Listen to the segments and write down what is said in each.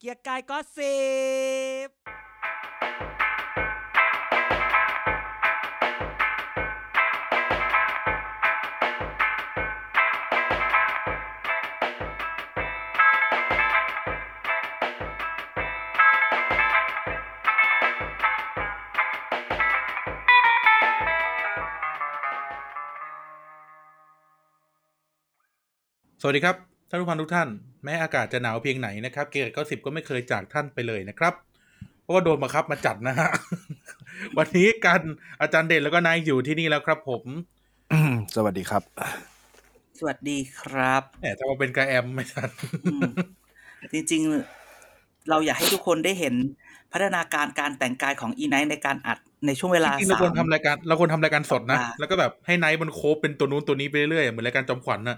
กียร์กายก็สิบสวัสดีครับท่านผู้ฟังทุกท่านแม้อากาศจะหนาวเพียงไหนนะครับเกียร์90ก็ไม่เคยจากท่านไปเลยนะครับเพราะว่าโดนบังคับมาจัดนะฮะ วันนี้กันอาจารย์เด่นแล้วก็นายอยู่ที่นี่แล้วครับผมสวัสดีครับสวัสดีครับถ้ามาเป็นกระแอมไม่ทันจริงๆเราอยากให้ทุกคนได้เห็นพัฒนาการการแต่งกายของอีไนท์ในการอัดในช่วงเวลาจริงๆเราควรทำรายการสดนะแล้วก็แบบให้ไนท์มันโคฟเป็นตัวนู้นตัวนี้ไปเรื่อยๆเหมือนรายการจอมขวัญน่ะ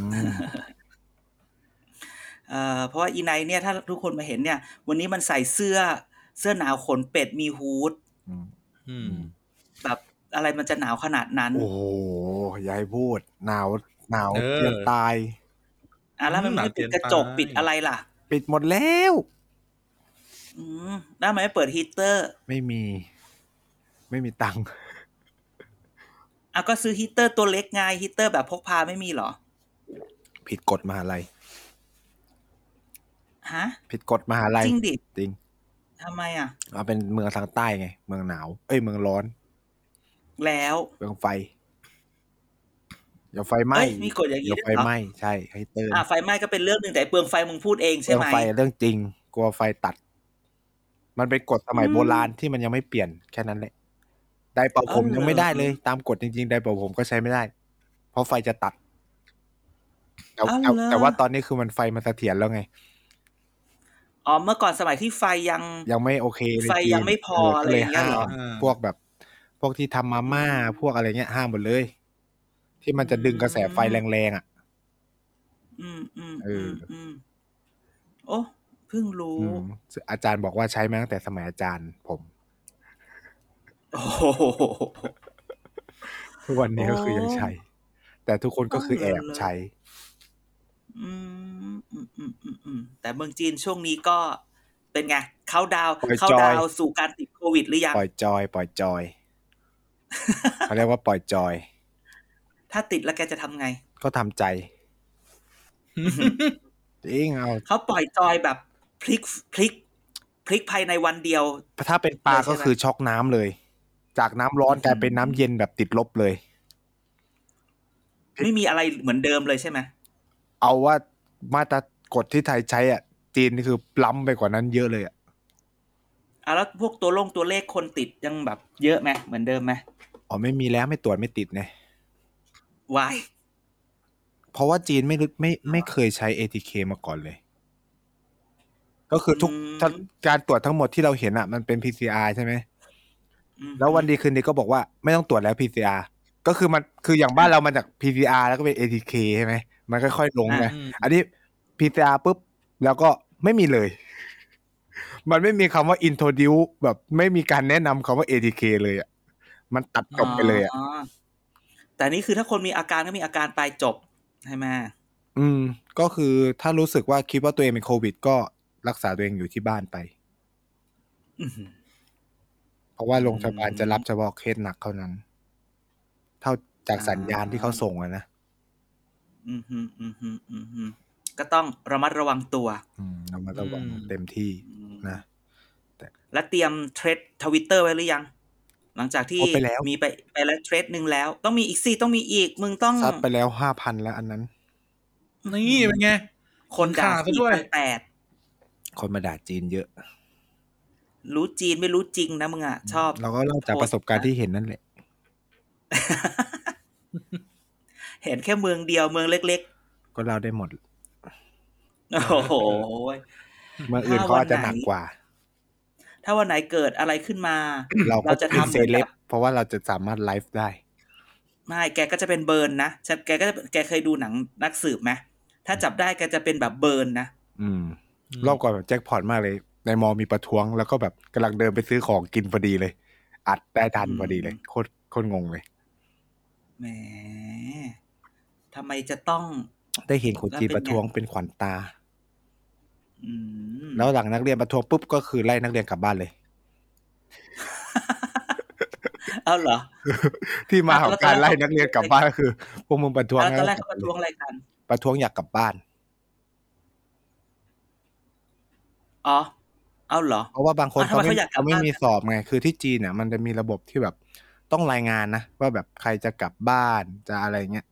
เพราะว่าอีไนท์เนี่ยถ้าทุกคนมาเห็นเนี่ยวันนี้มันใส่เสื้อหนาวขนเป็ดมีฮูดแบบอะไรมันจะหนาวขนาดนั้นโอ้โหยายพูดหนาวเตียนตายแล้วมันไม่ปิดกระจกปิดอะไรล่ะปิดหมดแล้วแล้วมันไม่เปิดฮีตเตอร์ไม่มีตังค์ก็ซื้อฮีตเตอร์ตัวเล็กไงฮีตเตอร์แบบพกพาไม่มีหรอผิดกฎมหาลัยฮะผิดกฎมหาลัยจริงดิจริงทำไมเป็นเมืองทางใต้ไงเมืองหนาวเมืองร้อนแล้วเมืองไฟอย่าไฟไหม้มีกฎอย่างนี้ด้วยเหรอไฟไหม้ใช่ให้เตือนไฟไหม้ก็เป็นเรื่องนึงแต่เปลืองไฟมึงพูดเองใช่ไหมเปลืองไฟเรื่องจริงกลัวไฟตัดมันเป็นกฎสมัยโบราณที่มันยังไม่เปลี่ยนแค่นั้นแหละไดร์เป่าผมยังไม่ได้เลยตามกฎจริงๆไดร์เป่าผมก็ใช้ไม่ได้เพราะไฟจะตัดแต่ว่าตอนนี้คือมันไฟมันเสถียรแล้วไงเมื่อก่อนสมัยที่ไฟยังไม่โอเคไฟยังไม่พออะไรอย่างเงี้ยหรอพวกที่ทำมาม่าพวกอะไรเงี้ยห้ามหมดเลยที่มันจะดึงกระแสไฟแรงๆโอ้เพิ่งรู้อาจารย์บอกว่าใช้มาตั้งแต่สมัยอาจารย์ผมทุกวันนี้ก็คือยังใช้แต่ทุกคนก็คือแอบใช้แต่เมืองจีนช่วงนี้ก็เป็นไงเขาดาวสู่การติดโควิดหรือยังปล่อยจอยเขาเรียกว่าปล่อยจอยถ้าติดแล้วแกจะทำไงก็ทำใจจริงเขาปล่อยจอยแบบพลิกภายในวันเดียวถ้าเป็นปลาก็คือช็อกน้ำเลยจากน้ำร้อนกลายเป็นน้ำเย็นแบบติดลบเลยไม่มีอะไรเหมือนเดิมเลยใช่ไหมเอาว่ามาตรกฎที่ไทยใช้จีนนี่คือล้ำไปกว่านั้นเยอะเลยแล้วพวกตัวเลขคนติดยังแบบเยอะไหมเหมือนเดิมไหมไม่มีแล้วไม่ตรวจไม่ติดไง why เพราะว่าจีนไม่เคยใช้ ATK มาก่อนเลยก็คือทุกการตรวจทั้งหมดที่เราเห็นมันเป็น PCR ใช่ไหมแล้ววันดีคืนดีก็บอกว่าไม่ต้องตรวจแล้ว PCR ก็คือมันคืออย่างบ้านเรามาจาก PCR แล้วก็เป็น ATK ใช่ไหมมันค่อยๆลงไงอันนี้ PCR ปุ๊บแล้วก็ไม่มีเลยมันไม่มีคำว่า introduce แบบไม่มีการแนะนำคำว่า ATK เลยมันตัดจบไปเลยแต่นี่คือถ้าคนมีอาการก็มีอาการตายจบใช่ไหมก็คือถ้ารู้สึกว่าคิดว่าตัวเองเป็นโควิดก็รักษาตัวเองอยู่ที่บ้านไปเพราะว่าโรงพยาบาลจะรับเฉพาะเคสหนักเท่านั้นเท่าจากสัญญาณที่เขาส่งนะก็ต้องระมัดระวังตัวระมัดระวังเต็มที่นะแล้วเตรียมเทรด Twitter ไว้หรือยังหลังจากที่มีไปแล้วเทรดนึงแล้วต้องมีอีกต้องมีอีกมึงต้องซัดไปแล้ว 5,000 แล้วอันนั้นนี่เป็นไงคนด่าซะด้วยคนมาด่าจีนเยอะรู้จีนไม่รู้จริงนะมึงชอบเราก็เล่าจากประสบการณ์ที่เห็นนั่นแหละเห็นแค่เมืองเดียวเมืองเล็กๆก็เล่าได้หมดโอ้โหเมืองอื่นเขาอาจจะหนักกว่าถ้าวันไหนเกิดอะไรขึ้นมาเราจะทำเซเลบเพราะว่าเราจะสามารถไลฟ์ได้ไม่แกก็จะเป็นเบิร์นนะแกเคยดูหนังนักสืบไหมถ้าจับได้แกจะเป็นแบบเบิร์นนะรอบก่อนแบบแจ็คพอตมากเลยในมอมีประท้วงแล้วก็แบบกำลังเดินไปซื้อของกินพอดีเลยอัดได้ทันพอดีเลยโคตรงงเลยแหมทำไมจะต้องได้เห็นคนจีนประท้วงเป็นขวัญตาแล้วหลังนักเรียนประท้วงปุ๊บก็คือไล่นักเรียนกลับบ้านเลยเอาเหรอที่มาของการไล่นักเรียนกลับบ้านก็คือพวกมึงประท้วงตอนแรกเขาประท้วงอะไรกันประท้วงอยากกลับบ้านอ๋อเอาเหรอเพราะว่าบางคนเขาไม่มีสอบไงคือที่จีนเนี่ยมันจะมีระบบที่แบบต้องรายงานนะว่าแบบใครจะกลับบ้านจะอะไรเงี้ย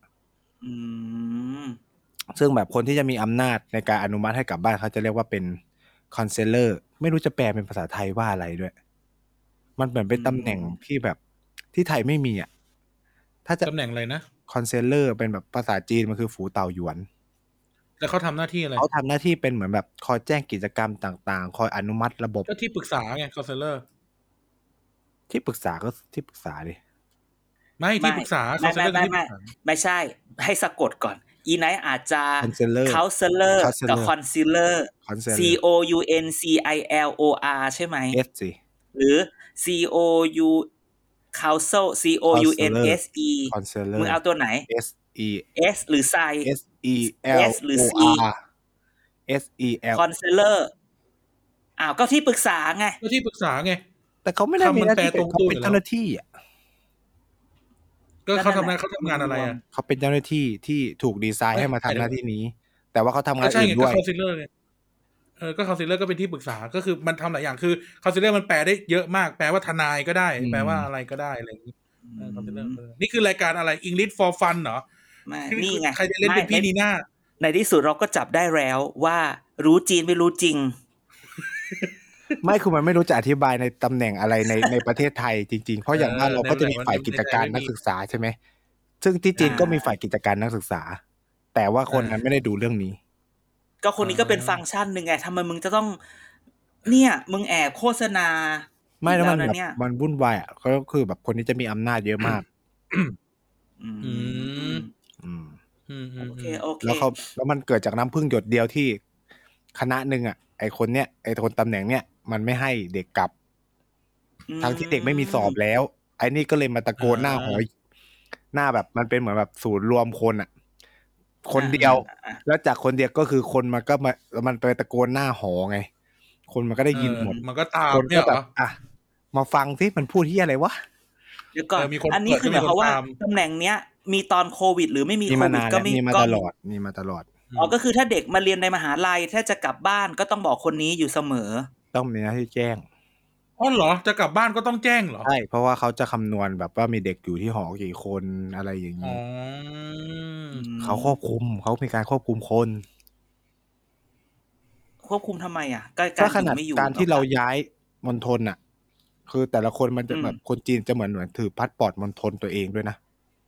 ซึ่งแบบคนที่จะมีอำนาจในการอนุมัติให้กลับบ้านเขาจะเรียกว่าเป็นคอนเซลเลอร์ไม่รู้จะแปลเป็นภาษาไทยว่าอะไรด้วยมันเหมือนเป็นตำแหน่งที่แบบที่ไทยไม่มีอ่ะถ้าจะตำแหน่งอะไรนะคอนเซลเลอร์เป็นแบบภาษาจีนมันคือฝูเต่าหยวนแล้วเขาทำหน้าที่อะไรเขาทำหน้าที่เป็นเหมือนแบบคอยแจ้งกิจกรรมต่างๆคอยอนุมัติระบบก็ที่ปรึกษาไงคอนเซลเลอร์ที่ปรึกษาก็ที่ปรึกษาดิไม่ที่ปรึกษาคอนเซลเลอร์ที่ปรึกษาไม่ใช่ให้สะกดก่อนอีไนท์อาจจะ counselor กับ concealer C O U N C I L O R ใช่ไหม S สิหรือ C O U counsel C O U N S E มึงเอาตัวไหน S E S หรือ Psy S E L O R S E L counselor ก็ที่ปรึกษาไงก็ที่ปรึกษาไงแต่เขาไม่ได้มีหน้าที่เขาเป็นเจ้าหน้าที่อ่ะก็เขาทำงานอะไรอ่ะเขาเป็นเจ้าหน้าที่ที่ถูกดีไซน์ให้มาทำหน้าที่นี้แต่ว่าเขาทำงานอื่นด้วยก็คอนซีลเลอร์เนี่ยก็คอนซีลเลอร์ก็เป็นที่ปรึกษาก็คือมันทำหลายอย่างคือคอนซีลเลอร์มันแปลได้เยอะมากแปลว่าทนายก็ได้แปลว่าอะไรก็ได้อะไรอย่างนี้คอนซีลเลอร์นี่คือรายการอะไร English for Fun เหรอนี่ไงใครจะเล่นเป็นพี่นีน่าในที่สุดเราก็จับได้แล้วว่ารู้จีนไม่รู้จริงไม่คือมันไม่รู้จะอธิบายในตำแหน่งอะไรในประเทศไทยจริงๆเพราะอย่างบ้านเราก็จะมีฝ่ายกิจการนักศึกษาใช่ไหมซึ่งที่จีนก็มีฝ่ายกิจการนักศึกษาแต่ว่าคนนั้นไม่ได้ดูเรื่องนี้ก็คนนี้ก็เป็นฟังก์ชันหนึ่งไงทำไมมึงจะต้องเนี่ยมึงแอบโฆษณาไม่แล้วมันแบบมันวุ่นวายอ่ะก็คือแบบคนนี้จะมีอำนาจเยอะมากโอเคแล้วมันเกิดจากน้ำพึ่งหยดเดียวที่คณะหนึ่งอ่ะไอคนเนี้ยไอคนตำแหน่งเนี้ยมันไม่ให้เด็กกลับทั้งที่เด็กไม่มีสอบแล้วไอ้นี่ก็เลยมาตะโกนหน้าหอยหน้าแบบมันเป็นเหมือนแบบศูนย์รวมคนอ่ะคนเดียวแล้วจากคนเดียวก็คือคนมันก็มันไปตะโกนหน้าหอไงคนมันก็ได้ยินหมดมันก็ตามคนก็แบบมาฟังสิมันพูดที่อะไรวะเดี๋ยวก่อนอันนี้คือหมายความว่าตำแหน่งเนี้ยมีตอนโควิดหรือไม่มีโควิดก็มีมาตลอดก็คือถ้าเด็กมาเรียนในมหาลัยถ้าจะกลับบ้านก็ต้องบอกคนนี้อยู่เสมอต้องมีหน้าที่แจ้งเหรอจะกลับบ้านก็ต้องแจ้งเหรอใช่เพราะว่าเขาจะคำนวณแบบว่ามีเด็กอยู่ที่หอกี่คนอะไรอย่างนี้เขาควบคุมเขามีการควบคุมคนควบคุมทำไมอ่ะก็ขนาดการที่เราย้ายมณฑลอ่ะคือแต่ละคนมันจะแบบคนจีนจะเหมือนถือพาสปอร์ตมณฑลตัวเองด้วยนะ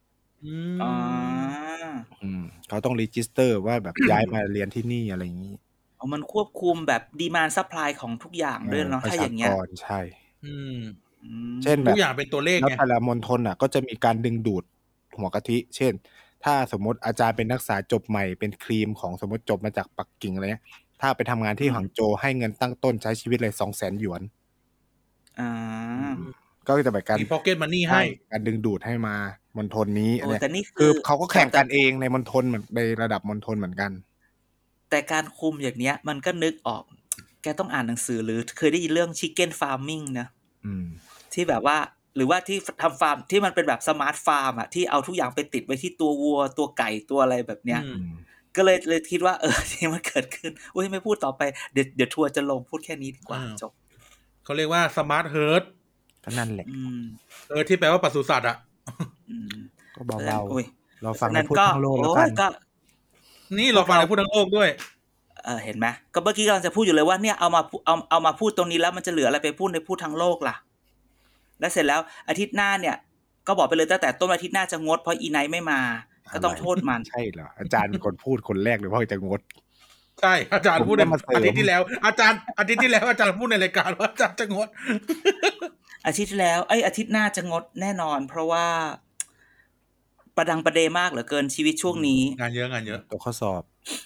เขาต้องรีจิสเตอร์ว่าแบบย้ายมาเรียนที่นี่อะไรอย่างนี้มันควบคุมแบบดีมานด์ซัพพลายของทุกอย่างด้วยเนาะถ้าอย่างเงี้ยใช่เช่นแบบทุกอย่างเป็นตัวเลขไงแล้วแต่ละมณฑลอ่ะก็จะมีการดึงดูดหัวกะทิเช่นถ้าสมมติอาจารย์เป็นนักศึกษาจบใหม่เป็นครีมของสมมติจบมาจากปักกิ่งอะไรเงี้ยถ้าไปทำงานที่หางโจวให้เงินตั้งต้นใช้ชีวิตเลย 200,000 หยวนก็จะแบบการมีพ็อกเก็ตมันนี่ให้การดึงดูดให้มามณฑลนี้เนี่ยคือเขาก็แข่งกันเองในมณฑลเหมือนในระดับมณฑลเหมือนกันแต่การคุมอย่างเนี้ยมันก็นึกออกแกต้องอ่านหนังสือหรือเคยได้ยินเรื่อง Chicken Farming นะที่แบบว่าหรือว่าที่ทำฟาร์มที่มันเป็นแบบสมาร์ทฟาร์มอ่ะที่เอาทุกอย่างไปติดไว้ที่ตัววัวตัวไก่ตัวอะไรแบบเนี้ยก็เลยคิดว่าที่มันเกิดขึ้นอุ้ยไม่พูดต่อไปเดี๋ยวทัวร์จะลงพูดแค่นี้ดีกว่าจบเขาเรียกว่าสมาร์ทเฮิร์ทก็นั่นแหละที่แปลว่าปศุสัตว์อ่ะก็เบาๆเราฟังพูดทั้งโลกแล้วกันนี่เราฟังพูดทั้งโลกด้วยเห็นไหมก็เมื่อกี้กำลังจะพูดอยู่เลยว่าเนี่ยเอามาพูดตรงนี้แล้วมันจะเหลืออะไรไปพูดในพูดทั้งโลกล่ะแล้วเสร็จแล้วอาทิตย์หน้าเนี่ยก็บอกไปเลยตั้งแต่ต้นอาทิตย์หน้าจะงดเพราะอีไนท์ไม่มาก็ต้องโทษมันใช่เหรออาจารย์เป็นคนพูดคนแรกเลยว่าจะงดใช่อาจารย์พูดอาทิตย์ที่แล้วอาจารย์พูดในรายการว่าอาจารย์จะงดอาทิตย์ที่แล้วอาทิตย์หน้าจะงดแน่นอนเพราะว่าประดังประเดมากเหลือเกินชีวิตช่วงนี้งานเยอะตัวข้อสอบ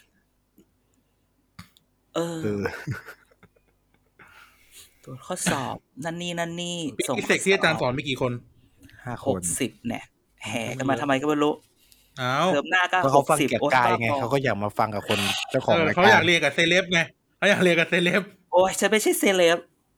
ตัวข้อสอบนั่นนี่ส่งพิเศษที่อาจารย์สอนมีกี่คน 5 คน 60เนี่ยแห่กันมาทำไมก็ไม่รู้เทอมหน้าก็เขาฟังเกียรติกายไงเขาก็อยากมาฟังกับคนเจ้าของรายการเขาอยากเรียนกับเซเลบไงเขาอยากเรียนกับเซเลบโอ้ยฉันไม่ใช่เซเลบ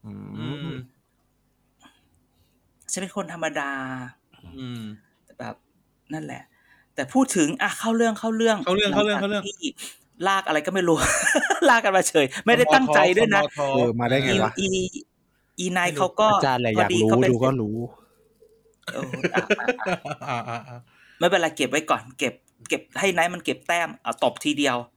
ฉันเป็นคนธรรมดาแบบนั่นแหละแต่พูดถึงเข้าเรื่องที่ลากอะไรก็ไม่รู้ ลากกันมาเฉยไม่ได้ตั้งใจด้วยนะมาได้ไงวะอีนายเขาก็อาจารย์อะไรอยากรู้ดูก็รู้ไม่เป็นไรเก็บไว้ก่อนเก็บให้นายมันเก็บแต้มเอาตบทีเดียว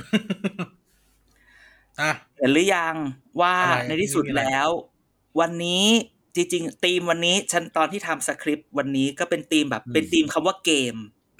เห็นหรือยังว่าในที่สุดแล้ววันนี้จริงๆธีมวันนี้ฉันตอนที่ทำสคริปต์วันนี้ก็เป็นธีมแบบเป็นธีมคำว่าเกม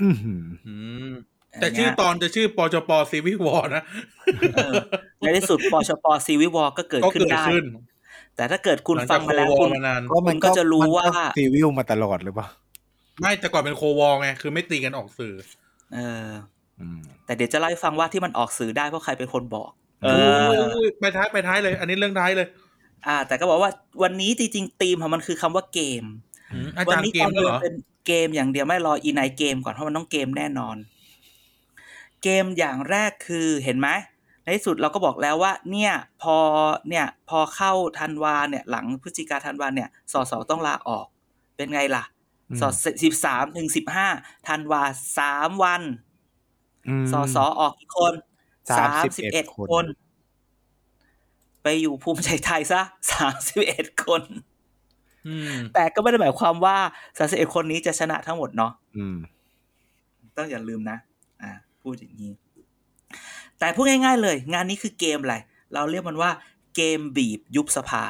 แต่ชื่อตอนจะชื่อปชป.ซีวิวอร์นะในที่สุดปชป.ซีวิวอร์ก็เกิดขึ้นได้แต่ถ้าเกิดคุณฟังมาแล้วคุณก็จะรู้ว่าซีวิวมาตลอดหรือเปล่าไม่แต่ก่อนเป็นโควอลไงคือไม่ตีกันออกสื่อแต่เดี๋ยวจะเล่าให้ฟังว่าที่มันออกสื่อได้เพราะใครเป็นคนบอกไปท้ายเลยอันนี้เรื่องท้ายเลยแต่ก็บอกว่าวันนี้จริงๆธีมของมันคือคำว่าเกมวันนี้ตอนเดินเป็นเกมอย่างเดียวไม่รออีไนท์เกมก่อนเพราะมันต้องเกมแน่นอนเกมอย่างแรกคือเห็นไหมในที่สุดเราก็บอกแล้วว่าเนี่ยพอเข้าธันวาเนี่ยหลังพฤศจิกาธันวาเนี่ยสสต้องลาออกเป็นไงล่ะส13ถึง15ธันวา3วันสสออกกี่คน31คนไปอยู่ภูมิใจไทยซะ31คนแต่ก็ไม่ได้หมายความว่า31คนนี้จะชนะทั้งหมดเนาะต้องอย่าลืมนะพูดอย่างนี้แต่พูดง่ายๆเลยงานนี้คือเกมอะไรเราเรียกมันว่าเกมบีบยุบสภา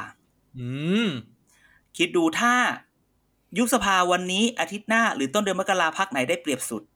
คิดดูถ้ายุบสภาวันนี้อาทิตย์หน้าหรือต้นเดือนมกราพรรคไหนได้เปรียบสุด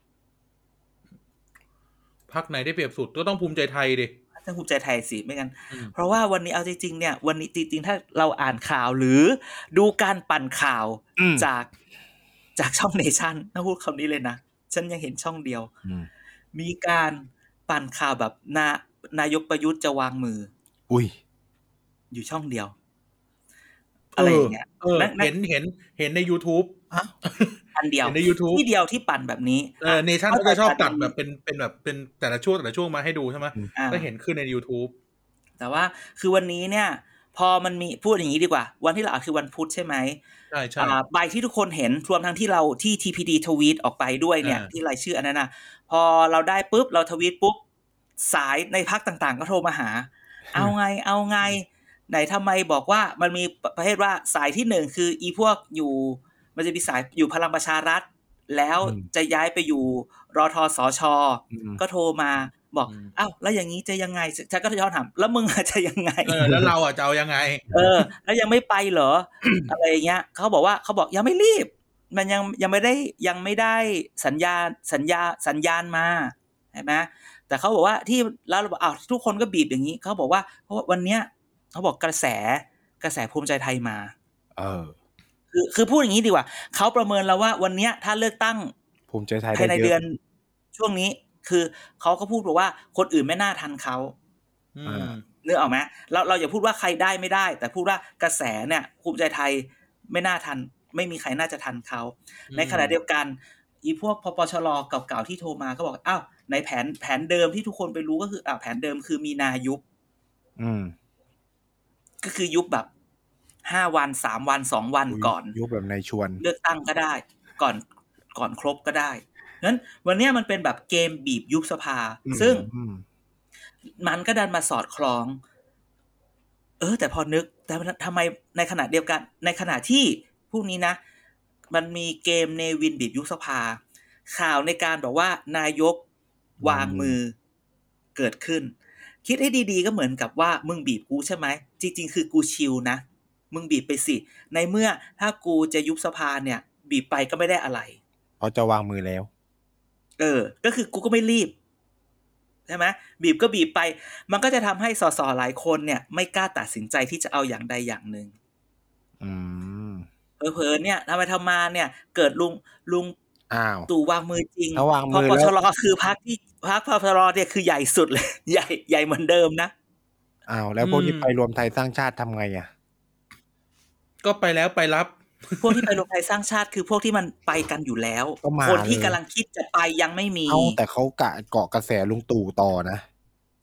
พรรคไหนได้เปรียบสุดก็ต้องภูมิใจไทยดิต้องภูมิใจไทยสิไม่งั้นเพราะว่าวันนี้เอาจริงๆเนี่ยวันนี้จริงๆถ้าเราอ่านข่าวหรือดูการปั่นข่าวจากช่องเนชั่นถ้าพูดคำนี้เลยนะฉันยังเห็นช่องเดียวมีการปั่นข่าวแบบนายกประยุทธ์จะวางมืออยู่ช่องเดียวอะไรอย่างเงี้ยเห็นใน YouTube อันเดียวใน YouTube ที่เดียวที่ปั่นแบบนี้เนชั่นก็จะชอบตัดแบบเป็นแบบเป็นแต่ละช่วงมาให้ดูใช่ไหมก็เห็นขึ้นใน YouTube แต่ว่าคือวันนี้เนี่ยพอมันมีพูดอย่างนี้ดีกว่าวันที่เราคือวันพุธใช่ไหมใช่ใบที่ทุกคนเห็นรวมทั้งที่เราที่ TPD ทวีตออกไปด้วยเนี่ยที่รายชื่ออันนั้นนะพอเราได้ปุ๊บเราทวีตปุ๊บสายในพรรคต่างๆก็โทรมาหาเอาไงไหนทำไมบอกว่ามันมีประเภทว่าสายที่1คืออีพวกอยู่มันจะมีสายอยู่พลังประชารัฐแล้วจะย้ายไปอยู่รทสชก็โทรมาบอกอ้าวแล้วอย่างนี้จะยังไงฉันก็ย้อนถามแล้วมึงจะยังไงแล้วเราจะเอายังไงแล้วยังไม่ไปเหรอ อะไรอย่างเงี้ยเขาบอกยังไม่รีบมันยังไม่ได้สัญญาณมาใช่ไหมแต่เขาบอกว่าที่แล้วเราบอกทุกคนก็บีบอย่างนี้เขาบอกว่าเพราะว่าวันเนี้ยเขาบอกกระแสภูมิใจไทยมาคือพูดอย่างนี้ดีกว่าเขาประเมินแล้วว่าวันเนี้ยถ้าเลือกตั้งภูมิใจไทยภายในเดือนช่วงนี้คือเขาก็พูดบอกว่าคนอื่นไม่น่าทันเขานึกออกไหมเราอย่าพูดว่าใครได้ไม่ได้แต่พูดว่ากระแสเนี่ยภูมิใจไทยไม่น่าทันไม่มีใครน่าจะทันเขาในขณะเดียวกันอีพวกพปชรเก่าๆที่โทรมาก็บอกอ้าวในแผนเดิมที่ทุกคนไปรู้ก็คือแผนเดิมคือมีนายุบก็คือยุบแบบ5วัน3วัน2วันก่อนยุบแบบในชวนเลือกตั้งก็ได้ก่อนครบก็ได้งั้นวันนี้มันเป็นแบบเกมบีบยุบสภาซึ่งมันก็ดันมาสอดคล้องแต่พอนึกแต่ทำไมในขณะเดียวกันในขณะที่พวกนี้นะมันมีเกมเนวินบีบยุบสภาข่าวในการบอกว่านายกวางมือเกิดขึ้นคิดให้ดีๆก็เหมือนกับว่ามึงบีบกูใช่ไหมจริงๆคือกูชิลนะมึงบีบไปสิในเมื่อถ้ากูจะยุบสภาเนี่ยบีบไปก็ไม่ได้อะไรเพราะจะวางมือแล้วก็คือกูก็ไม่รีบใช่ไหมบีบก็บีบไปมันก็จะทำให้สสหลายคนเนี่ยไม่กล้าตัดสินใจที่จะเอาอย่างใดอย่างหนึ่งเผลอๆเนี่ยทำมาเนี่ยเกิดลุงตู่วางมือจริงเพราะปชรคือพรรคปชรเนี่ยคือใหญ่สุดเลยใหญ่เหมือนเดิมนะแล้วพวกที่ไปรวมไทยสร้างชาติทำไงก็ไปแล้วไปรับพวกที่ไปรวมไทยสร้างชาติคือพวกที่มันไปกันอยู่แล้วคนที่กำลังคิดจะไปยังไม่มีแต่เขาเกาะกระแสลุงตู่ต่อนะ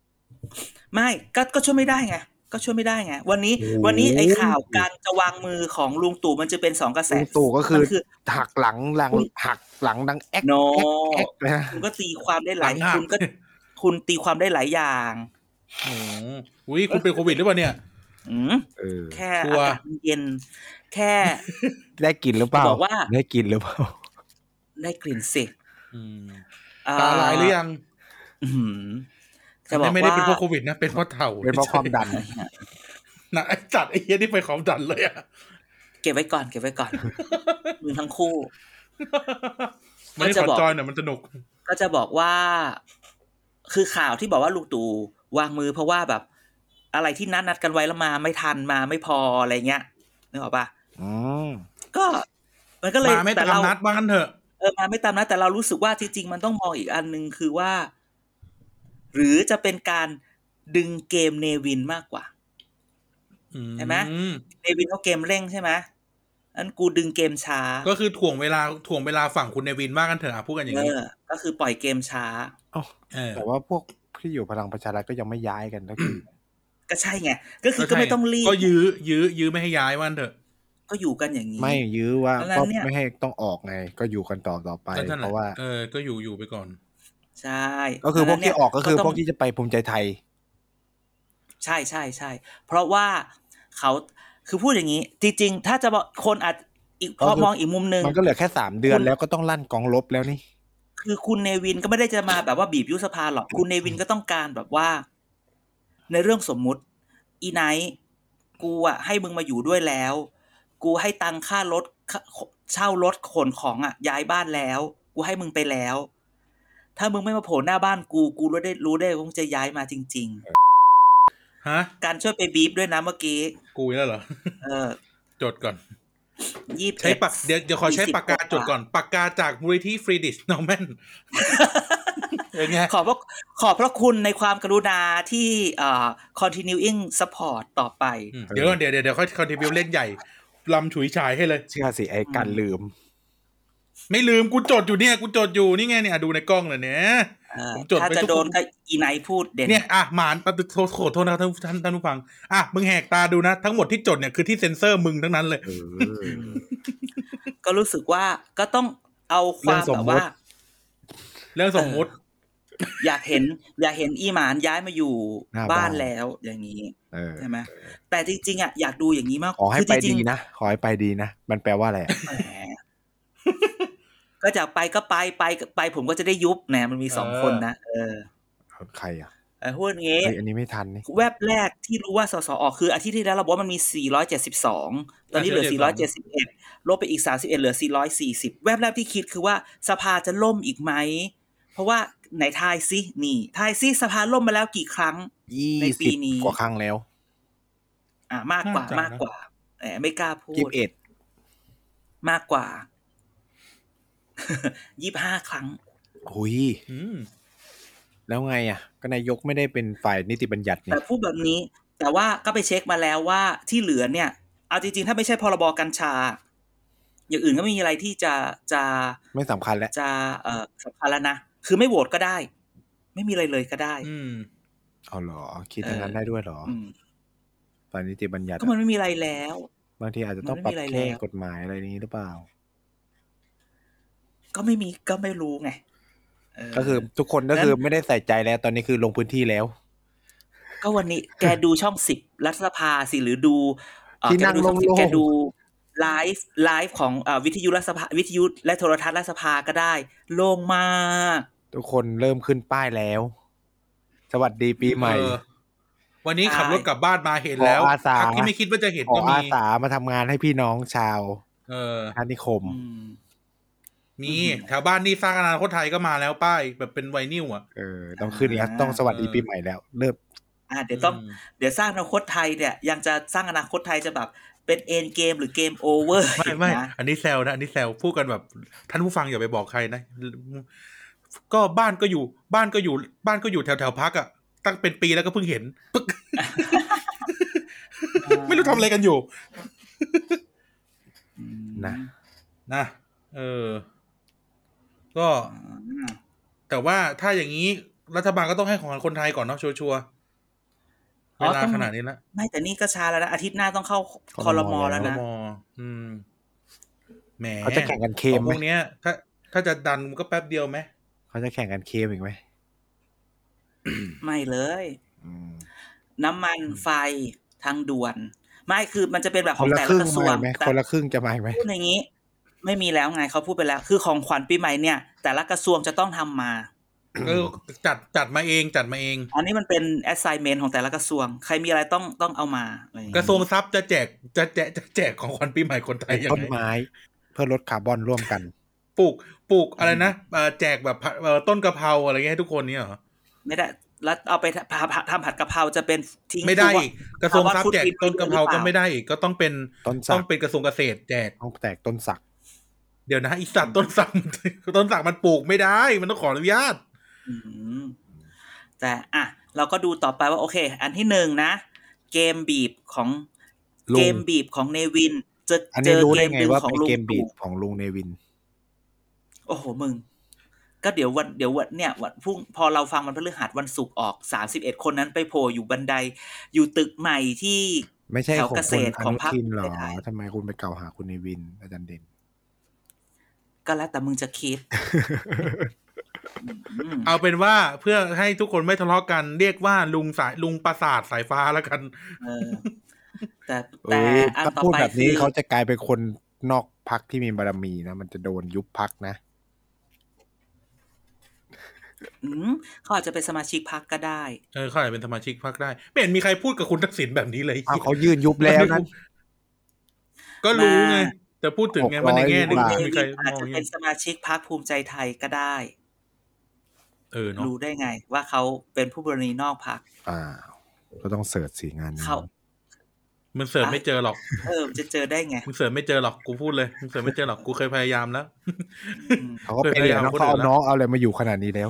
ไม่ก็ช่วยไม่ได้ไงก็ช่วยไม่ได้ไงวันนี้ไอ้ข่าวการจะวางมือของลุงตู่มันจะเป็น2กระแสลุงตู่ก็คือหักหลังดังแอ๊กแอ๊กนะคุณก็ตีความได้หลายคุณตีความได้หลายอย่างโอ้อุ้ยคุณเป็นโควิดหรือเปล่าเนี่ยแค่อากาศเย็นแค่ได้กลิ่นหรือเปล่าบอกว่าได้กลิ่นหรือเปล่าได้กลิ่นสิตาลายหรือยังจะบอกว่าไม่ได้เป็นเพราะโควิดนะเป็นเพราะเถ่าเป็นเพราะความดันนะไอ้จัดไอ้เหี้ยนี่เป็นความดันเลยอ่ะเก็บไว้ก่อนมึงทั้งคู่ไม่ได้ขอจอยเนี่ยมันสนุกก็จะบอกว่าคือข่าวที่บอกว่าลุงตู่วางมือเพราะว่าแบบอะไรที่นัดกันไว้แล้วมาไม่ทันมาไม่พออะไรเงี้ยนึกออกป่ะก็มันก็เลยมาไม่ตามนัดว่างั้นเถอะมาไม่ตามนัดแต่เรารู้สึกว่าจริงๆมันต้องมองอีกอันนึงคือว่าหรือจะเป็นการดึงเกมเนวินมากกว่าใช่ไหมเนวินเขาเกมเร่งใช่ไหมอันกูดึงเกมช้าก็คือถ่วงเวลาฝั่งคุณเนวินมากกันเถอะพูดกันอย่างนี้ก็คือปล่อยเกมช้าแต่ว่าพวกที่อยู่พลังประชารัฐก็ยังไม่ย้ายกันก็ใช่ไงก็คือก็ไม่ต้องรีบก็ยื้อไม่ให้ย้ายวันเถอะก็อยู่กันอย่างนี้ไม่ยื้อว่าก็ไม่ให้ต้องออกไงก็อยู่กันต่อไปเพราะว่าก็อยู่ไปก่อนใช่ก็คือพวกที่ออกก็คือพวกที่จะไปภูมิใจไทยใช่เพราะว่าเขาคือพูดอย่างนี้จริงๆถ้าจะบอกคนอาจอีกพอมองอีกมุมนึงมันก็เหลือแค่3เดือนแล้วก็ต้องลั่นกองรบแล้วนี่คือคุณเนวินก็ไม่ได้จะมาแบบว่าบีบยุบสภาหรอกคุณเนวินก็ต้องการแบบว่าในเรื่องสมมุติอีไนท์กูอ่ะให้มึงมาอยู่ด้วยแล้วกูให้ตังค่ารถเช่ารถขนของอ่ะย้ายบ้านแล้วกูให้มึงไปแล้วถ้ามึงไม่มาโผล่หน้าบ้านกูรู้ได้ว่ามึงจะย้ายมาจริงๆฮะการช่วยไปบีบด้วยนะเมื่อกี้กูแล้วเหรอจดก่อนใช้เดี๋ยวขอใช้ปากกาจดก่อนปากกาจากมูลนิธิฟรีดิชนอร์แมนขอบพระคุณในความกรุณาที่continuing support ต่อไปเดี๋ยวค่อย continue เล่นใหญ่ลำฉุยฉายให้เลยเชื่อสิไอ้การลืมไม่ลืมกูจดอยู่เนี่ยกูจดอยู่นี่ไงเนี่ยดูในกล้องเลยเนี่ยผมจดไปทุกคนก็อีไนพูดเด่นเนี่ยหมานขอโทษนะท่านผู้ฟังมึงแหกตาดูนะทั้งหมดที่จดเนี่ยคือที่เซ็นเซอร์มึงทั้งนั้นเลยก็รู้สึกว่าก็ต้องเอาความแบบว่าเรื่องสมมุติอยากเห็นอีหมานย้ายมาอยู่บ้านแล้วอย่างนี้ใช่ไหมแต่จริงๆอ่ะอยากดูอย่างนี้มากขอให้ไปดีนะขอให้ไปดีนะมันแปลว่าอะไรก็จะไปก็ไปผมก็จะได้ยุบนะมันมี2คนนะใครอ่ะพูดงี้อันนี้ไม่ทันนี่แวบแรกที่รู้ว่าสสออกคืออาทิตย์ที่แล้วเราบอกว่ามันมี472ตอนนี้เหลือ471ลบไปอีก31เหลือ440แวบแรกที่คิดคือว่าสภาจะล่มอีกไหมเพราะว่าไหนทายซินี่ทายซิสภาล่มมาแล้วกี่ครั้งในปีนี้กว่าครั้งแล้วมากกว่าไม่กล้าพูด21มากกว่า25ครั้งหุยแล้วไงอ่ะก็นายกไม่ได้เป็นฝ่ายนิติบัญญัติแต่พูดแบบนี้แต่ว่าก็ไปเช็คมาแล้วว่าที่เหลือเนี่ยเอาจริงๆถ้าไม่ใช่พรบกัญชาอย่างอื่นก็ไม่มีอะไรที่จะไม่สำคัญแล้วจะสำคัญแล้วนะคือไม่โหวตก็ได้ไม่มีอะไรเลยก็ได้เอาเหรอคิดอย่างนั้นได้ด้วยเหรอฝ่ายนิติบัญญัติก็มันไม่มีอะไรแล้วบางทีอาจจะต้องปรับแก้กฎหมายอะไรนี้หรือเปล่าก็ไม่มีก็ไม่รู้ไงก็คือทุกคนก็คือไม่ได้ใส่ใจแล้วตอนนี้คือลงพื้นที่แล้วก็วันนี้แกดูช่อง10รัฐสภาสิหรือดูที่นั่งลงแกดูไลฟ์ของวิทยุรัฐสภาวิทยุและโทรทัศน์รัฐสภาก็ได้โล่งมากทุกคนเริ่มขึ้นป้ายแล้วสวัสดีปีใหม่วันนี้ขับรถกลับบ้านมาเห็นแล้วพักที่ไม่คิดว่าจะเห็นก็มีอาสามาทำงานให้พี่น้องชาวอานิคมมีแถวบ้านนี่สร้างอนาคตไทยก็มาแล้วป้ายแบบเป็นไวนิลต้องขึ้นแล้วต้องสวัสดีปีใหม่แล้วเริ่มเดี๋ยวสร้างอนาคตไทยเนี่ยยังจะสร้างอนาคตไทยจะแบบเป็นเอ็นเกมหรือเกมโอเวอร์ไม่อันนี้แซวนะอันนี้แซวพูดกันแบบท่านผู้ฟังอย่าไปบอกใครนะก็บ้านก็อยู่แถวพักอ่ะตั้งเป็นปีแล้วก็เพิ่งเห็นไม่รู้ทำอะไรกันอยู่นะก็แต่ว่าถ้าอย่างนี้รัฐบาลก็ต้องให้ของคนไทยก่อนเนาะชัวร์เวลาขนาดนี้แล้วไม่แต่นี่ก็ช้าแล้วนะอาทิตย์หน้าต้องเข้าครม.แล้วนะแหมเขาจะแข่งกันเคมพวกเนี้ยถ้าจะดันมันก็แป๊บเดียวไหมเขาจะแข่งกันเคมอีกไหมไม่เลยน้ำมันไฟทางด่วนไม่คือมันจะเป็นแบบของแต่ละกระทรวงคนละครึ่งจะมาไหมพูดอย่างนี้ไม่มีแล้วไงเขาพูดไปแล้วคือของขวัญปีใหม่เนี่ยแต่ละกระทรวงจะต้องทำมาจัดมาเองอันนี้มันเป็น assignment ของแต่ละกระทรวงใครมีอะไรต้องเอามากระทรวงทรัพย์จะแจกของขวัญปีใหม่คนไทยยังไงต้นไม้เพื่อลดคาร์บอนร่วมกันปลูกอะไรนะแจกแบบต้นกะเพราอะไรเงี้ยให้ทุกคนเนี่ยเหรอไม่ได้แล้วเอาไปทำผัดกะเพราจะเป็นทิ้งไม่ได้กระทรวงทรัพย์แจกต้นกะเพราก็ไม่ได้อีกก็ต้องเป็นกระทรวงเกษตรแจกต้องแจกต้นสักเดี๋ยวนะอีสัตว์ต้นสักมันปลูกไม่ได้มันต้องขออนุญาตแต่เราก็ดูต่อไปว่าโอเคอันที่1นะเกมบีบของเนวินเจอเกมนึงของลุงบีบของลุงเนวินโอ้โหมึงก็เดี๋ยววันเนี่ยวันพรุ่งพอเราฟังวันพฤหัสวันศุกร์ออก31คนนั้นไปโผล่อยู่บันไดอยู่ตึกใหม่ที่ไม่ใช่แถวเกษตรของพรรคหรอทำไมคุณไปกล่าวหาคุณเนวินอาจารย์เด่นก็แล้วแต่มึงจะคิดเอาเป็นว่าเพื่อให้ทุกคนไม่ทะเลาะกันเรียกว่าลุงปราสาทสายฟ้าแล้วกันแต่อันต่อไปพูดแบบนี้เขาจะกลายเป็นคนนอกพรรคที่มีบารมีนะมันจะโดนยุบพรรคนะเขาอาจจะเป็นสมาชิกพรรคก็ได้เขาอาจจะเป็นสมาชิกพรรคได้ไม่เห็นมีใครพูดกับคุณทักษิณแบบนี้เลยเขายื่นยุบแล้วนั้นก็รู้ไงแต่พูดถึงไงมันในแง่นึงมีใครอาจจะเป็นสมาชิกพรรคภูมิใจไทยก็ได้เนาะรู้ได้ไงว่าเขาเป็นผู้บริหารนอกพรรคก็ต้องเสิร์ชสิงานนี้มันเสิร์ชไม่เจอหรอกจะเจอได้ไงมึงเสิร์ชไม่เจอหรอกกูพูดเลยมึงเสิร์ชไม่เจอหรอกกูเคยพยายามแล้วเขาก็พยายามเขาเอาน้องเอาอะไรมาอยู่ขนาดนี้แล้ว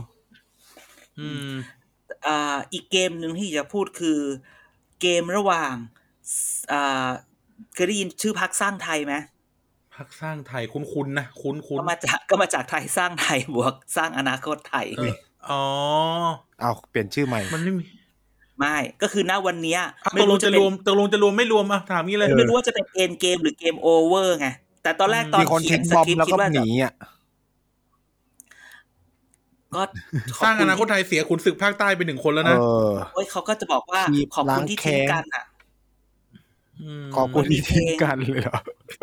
อีกเกมนึงที่จะพูดคือเกมระหว่างเคยได้ยินชื่อพรรคสร้างไทยไหมพรรคสร้างไทยคุ้นๆนะคุ้นก็มาจากไทยสร้างไทยบวกสร้างอนาคตไทยเอาเปลี่ยนชื่อใหม่มันไม่ก็คือณวันนี้ไม่รู้จะรวมไม่รวมถามงี้เลยไม่รู้ว่าจะเป็นเอ็นเกมหรือเกมโอเวอร์ไงแต่ตอนแรกตอนเขียนสคริปต์คิดว่าหนีก็สร้างอนาคตไทยเสียขุนศึกภาคใต้ไป1คนแล้วนะเขาก็จะบอกว่าขอบคุณที่ทิ้งกันขอบคุณที่ทิ้งกันเลยเหรอ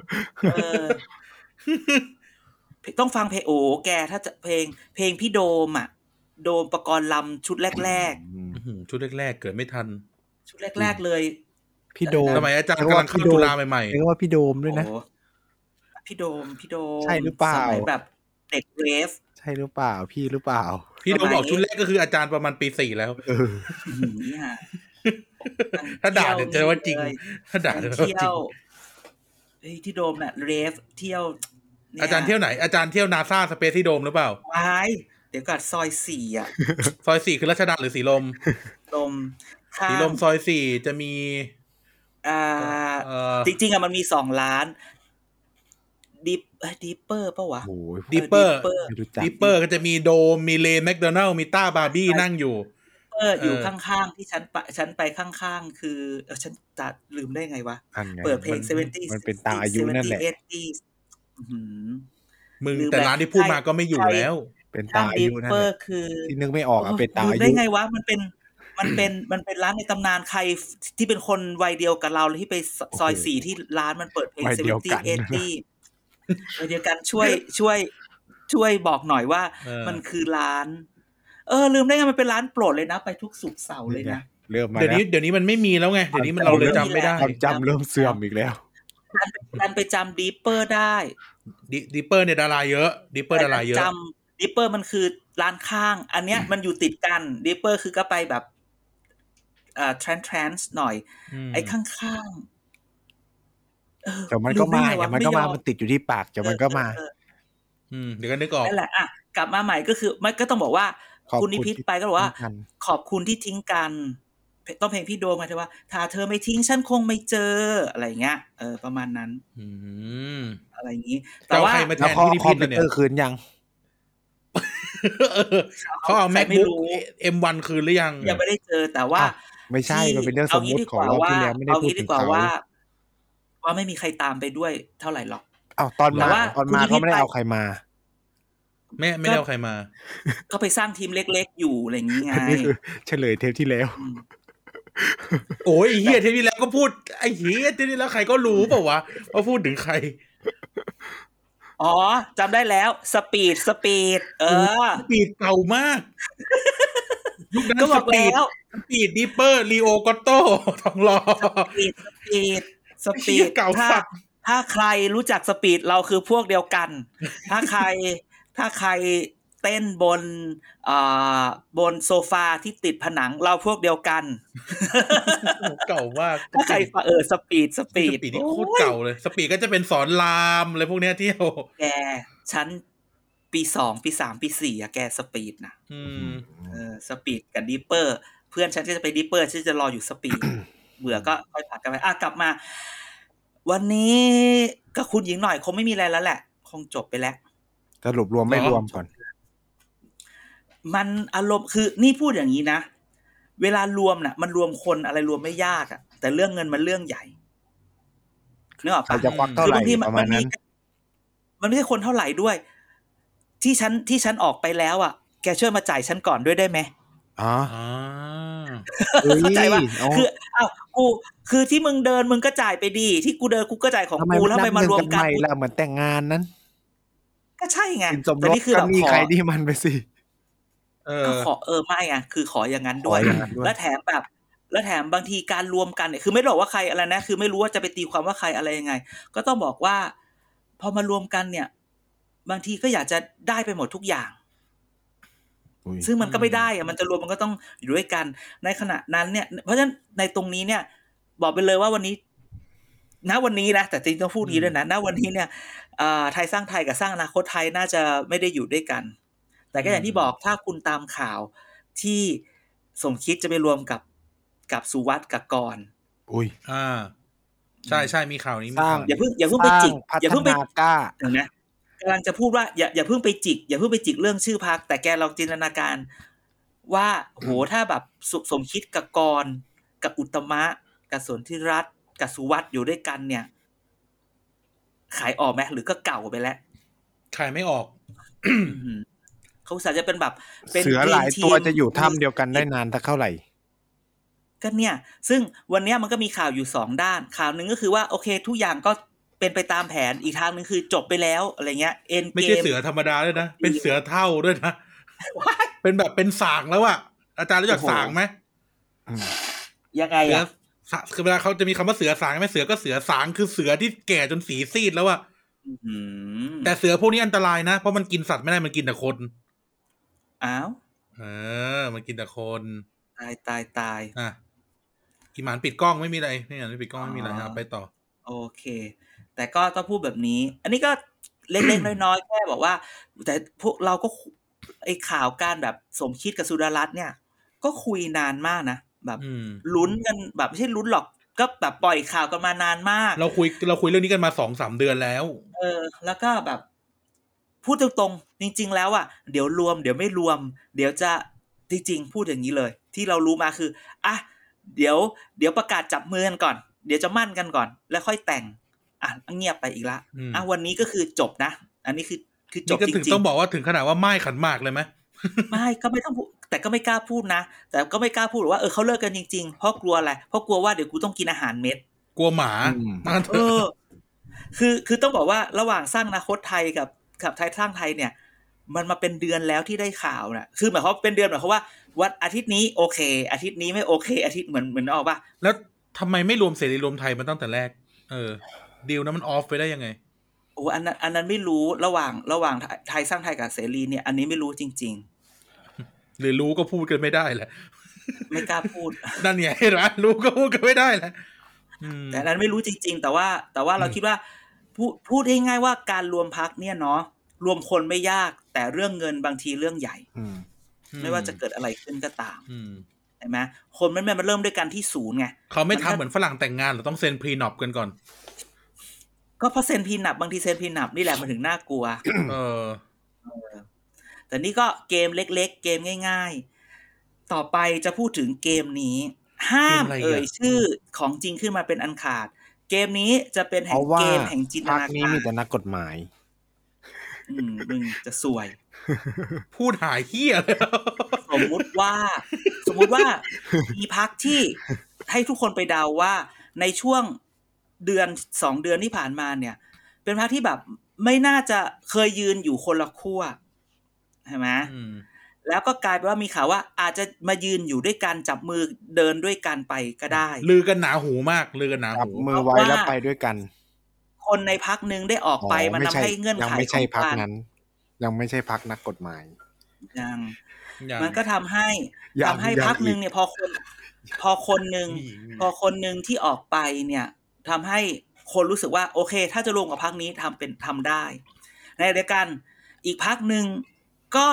ต้องฟังเพลงแกถ้าจะเพลงพี่โดมโดมปกรณ์ลำชุดแรกชุดแรกเกิดไม่ทันชุดแรกเลยพี่โดมสมัยอาจารย์กำลังเข้าจุฬาใหม่ๆเรียกว่าพี่โดมด้วยนะพี่โดมใช่หรือเปล่าสมัยแบบเด็กเวฟใช่หรือเปล่าพี่หรือเปล่าพี่โดมบอกชุดแรกก็คืออาจารย์ประมาณปี4แล้วถ้าด่าเดี๋ยวจะว่าจริงถ้าด่าเดี๋ยวจริงที่โดมน่ะเรฟเที่ยวอาจารย์เที่ยวไหนอาจารย์เที่ยวนาซาสเปซที่โดมหรือเปล่าไม่เดี๋ยวก่อนซอย4 ซอย4คือรัชดาหรือสีลมสีลมซอย4จะมีจริงๆมันมี2ร้านดิปเปอร์ป่ะวะดิปเปอร์ก็จะมีโดมมีเลแมคโดนัลด์มีต้าบาร์บี้นั่งอยู่อยู่ข้างๆที่ฉันไปข้างๆคือฉันจะลืมได้ไงวะเปิดเพลง70 มันเป็นตาอายุนั่นแหละมึงแต่ร้านที่พูดมาก็ไม่อยู่แล้วเป็นตาอายุนั่นแหละที่นึกไม่ออกเป็นตาอายุได้ไงวะมันเป็นร้านในตำนานใครที่เป็นคนวัยเดียวกับเราที่ไปซอย4ที่ร้านมันเปิดเพลง70 80เดียวกันช่วยบอกหน่อยว่ามันคือร้านลืมได้ไงมันเป็นร้านโปรดเลยนะไปทุกศุกร์เสาร์เลยนะเดี๋ยวนี้มันไม่มีแล้วไงเดี๋ยวนี้มันเราเลยจำไม่ได้จำเริ่มเสื่อมอีกแล้วดันไปจำดิปเปอร์ได้ดิปเปอร์เนี่ยดาราเยอะดิปเปอร์ดาราเยอะจำดิปเปอร์มันคือร้านข้างอันเนี้ยมันอยู่ติดกันดิปเปอร์คือก็ไปแบบทรานส์หน่อยไอ้ข้างๆแต่มันก็มามันติดอยู่ที่ปากแต่มันก็มาเดี๋ยวก็นึกออกนั่นแหละกลับมาใหม่ก็คือมันก็ต้องบอกว่าคุณนิพิษไปก็บอกว่าขอบคุณที่ทิ้งกันต้องเพลงพี่โดมมาที่ว่าถ้าเธอไม่ทิ้งฉันคงไม่เจออะไรเงี้ยประมาณนั้นอะไรอย่างนี้แต่ว่าใครมาแทนพี่นิพิษเนี่ยคืนยังเขาเอา MacBook M1 คืนหรือยังไม่ได้เจอแต่ว่าไม่ใช่มันเป็นเรื่องสมมุติของรอบที่แล้วไม่ได้พูดถึงเขาว่าไม่มีใครตามไปด้วยเท่าไหร่หรอกอ้าวตอนมาเขาไม่ได้เอาใครมาไม่ได้เอาใครมาก็ไปสร้างทีมเล็กๆอยู่อะไรอย่างงี้ไงนี่คือเฉลยเทปที่แล้วโอ้ยเหี้ยเทปที่แล้วก็พูดไอ้เหี้ยเทปที่แล้วใครก็รู้เปล่าวะว่าพูดถึงใครอ๋อจำได้แล้วสปีดสปีดเก่ามากยุคนั้นก็บอกแล้วสปีดดิปเปอร์ลีโอกอตโต้ทองหล่อสปีดถ้าใครรู้จักสปีดเราคือพวกเดียวกันถ้าใครเต้นบนโซฟาที่ติดผนังเราพวกเดียวกันเก่ามากถ้าใครสปีดนี่โคตรเก่าเลยสปีดก็จะเป็นสอนรามอะไรพวกเนี้ยที่แกฉันปี2ปี3ปี4อ่ะแกสปีดนะสปีดกับดิปเปอร์เพื่อนฉันก็จะไปดิปเปอร์ฉันจะรออยู่สปีดเบื่อก็ค่อยผัดกันไปกลับมาวันนี้กับคุณหญิงหน่อยคงไม่มีอะไรแล้วแหละคงจบไปแล้วสรุปรวมไม่รวมก่อนมันอารมณ์คือนี่พูดอย่างนี้นะเวลารวมน่ะมันรวมคนอะไรรวมไม่ยากอ่ะแต่เรื่องเงินมันเรื่องใหญ่นึกออกปะจะควักเท่าไหร่ประมาณนั้นมันไม่ใช่คนเท่าไหร่ด้วยที่ฉันออกไปแล้วอ่ะแกช่วยมาจ่ายฉันก่อนด้วยได้ไหมเข้าใจป่ะคือที่มึงเดินมึงก็จ่ายไปดีที่กูเดินกูก็จ่ายของกูแล้วไปมารวมกันแล้วเหมือนแต่งงานนั้นก็ใช่ไงแต่นี่คือแบบขอใครดีมันไปสิก็ขอไม่อ่ะคือขออย่างนั้นด้วยแล้วแถมบางทีการรวมกันเนี่ยคือไม่บอกว่าใครอะไรนะคือไม่รู้ว่าจะไปตีความว่าใครอะไรยังไงก็ต้องบอกว่าพอมารวมกันเนี่ยบางทีก็อยากจะได้ไปหมดทุกอย่างซึ่งมันก็ไม่ได้อะมันจะรวมมันก็ต้องอยู่ด้วยกันในขณะนั้นเนี่ยเพราะฉะนั้นในตรงนี้เนี่ยบอกไปเลยว่าวันนี้นะแต่จริงต้องพูดงี้ด้วยนะณวันนี้เนี่ยไทยสร้างไทยกับสร้างอนาคตไทยน่าจะไม่ได้อยู่ด้วยกันแต่ก็อย่างที่บอกถ้าคุณตามข่าวที่สมคิดจะไปรวมกับสุวัฒน์กับกรใช่มีข่าวนี้อย่าเพิ่งไปจิกอย่าเพิ่งไปเห็นไหมกำลังจะพูดว่าอย่าเพิ่งไปจิกเรื่องชื่อพรรคแต่แกลองจินตนาการว่าโหถ้าแบบสมคิดกับกรกับอุตมะกับสนธิรัตน์กับสุวัฒน์อยู่ด้วยกันเนี่ยขายออกไหมหรือก็เก่าไปแล้วขายไม่ออกเขาสาจะเป็นแบบเป็นเสือหลายตัวจะอยู่ถ้ำเดียวกันได้นานเท่าไหร่ก็เนี่ยซึ่งวันนี้มันก็มีข่าวอยู่2ด้านข่าวนึงก็คือว่าโอเคทุกอย่างก็เป็นไปตามแผนอีกทางนึงคือจบไปแล้วอะไรเงี้ยเอ็นเกมไม่ใช่เสือธรรมดาด้วยนะเป็นเสือเท่าด้วยนะเป็นแบบเป็นสางแล้วอ่ะอาจารย์รู้จักสางไหมยังไงอ่ะคือเวลาเขาจะมีคำว่าเสือสางไหมเสือก็เสือสางคือเสือที่แก่จนสีซีดแล้วอ่ะแต่เสือพวกนี้อันตรายนะเพราะมันกินสัตว์ไม่ได้มันกินแต่คนอ้าวมันกินแต่คนตายอ่ะอีหมานปิดกล้องไม่มีอะไรนี่อ่ะปิดกล้องไม่มีอะไรครับไปต่อโอเคแต่ก็ต้องพูดแบบนี้อันนี้ก็เล็กๆน้อยๆแค่บอกว่าแต่พวกเราก็ไอ้ข่าวการแบบสมคิดกับสุดารัตน์เนี่ยก็คุยนานมากนะแบบลุ้นกันแบบไม่ใช่ลุ้นหรอกก็แบบปล่อยข่าวกันมานานมากเราคุยเรื่องนี้กันมา 2-3 เดือนแล้วแล้วก็แบบพูดตรงๆจริงๆแล้วอ่ะเดี๋ยวรวมเดี๋ยวไม่รวมเดี๋ยวจะจริงๆพูดอย่างนี้เลยที่เรารู้มาคืออ่ะเดี๋ยวประกาศจับมือกันก่อนเดี๋ยวจะมั่นกันก่อนแล้วค่อยแต่งเงียบไปอีกละวันนี้ก็คือจบนะอันนี้คือจบจริงๆต้องบอกว่าถึงขนาดว่าไม้ขันหมากเลยไหมไม่ก็ไม่ต้องแต่ก็ไม่กล้าพูดนะแต่ก็ไม่กล้าพูดหรอกว่าเขาเลิกกันจริงๆเพราะกลัวอะไรเพราะกลัวว่าเดี๋ยวกูต้องกินอาหารเม็ดกลัวหมาคือต้องบอกว่าระหว่างสร้างอนาคตไทยกับไทยสร้างไทยเนี่ยมันมาเป็นเดือนแล้วที่ได้ข่าวน่ะคือหมายความเป็นเดือนหมายความว่าวันอาทิตย์นี้โอเคอาทิตย์นี้ไม่โอเคอาทิตย์เหมือนออกป่ะแล้วทำไมไม่รวมเสรีรวมไทยมาตั้งแต่แรกดีลนั้นมันออฟไปได้ยังไงโอ้อันนั้นไม่รู้ระหว่างไทยสร้างไทยกับเสรีเนี่ยอันนี้ไม่รู้จริงๆหรือรู้ก็พูดกันไม่ได้แหละไม่กล้าพูดนั่นไงเห็นไหมรู้ก็พูดกันไม่ได้แหละแต่นั้นไม่รู้จริงๆแต่ว่าเราคิดว่าพูดง่ายๆว่าการรวมพรรคเนี่ยเนาะรวมคนไม่ยากแต่เรื่องเงินบางทีเรื่องใหญ่ไม่ว่าจะเกิดอะไรขึ้นก็ตามใช่ไหมคนมันเริ่มด้วยกันที่ศูนย์ไงเขาไม่ทำเหมือนฝรั่งแต่งงานหรือต้องเซ็นพรีนอปกันก่อนก็เพราะเซ็นพรีนับบางทีเซ็นพรีนับนี่แหละมันถึงน่ากลัวแต่นี่ก็เกมเล็กๆเกมง่ายๆต่อไปจะพูดถึงเกมนี้ห้ามชื่อของจริงขึ้นมาเป็นอันขาดเกมนี้จะเป็นเกมแห่งจินตนาการนี้มีแต่นักกฎหมายมึงจะสวยพูดหายเหี้ยเลยสมมุติว่ามีพรรคที่ให้ทุกคนไปเดาว่าในช่วงเดือน2เดือนที่ผ่านมาเนี่ยเป็นพรรคที่แบบไม่น่าจะเคยยืนอยู่คนละขั้วใช่ไหมแล้วก็กลายเป็นว่ามีข่าวว่าอาจจะมายืนอยู่ด้วยกันจับมือเดินด้วยกันไปก็ได้ลือกันหนาหูมากลือกันหนาหูจับมือไว้แล้วไปด้วยกันคนในพรรคนึงได้ออกไปมันทำให้เงื่อนไขยังไม่ใช่พรรคนั้นยังไม่ใช่พรรคนักกฎหมายยังมันก็ทำให้พรรคนึงเนี่ยพอคนนึงที่ออกไปเนี่ยทำให้คนรู้สึกว่าโอเคถ้าจะรวมกับพรรคนี้ทำได้ในเดียวกันอีกพรรคนึงก็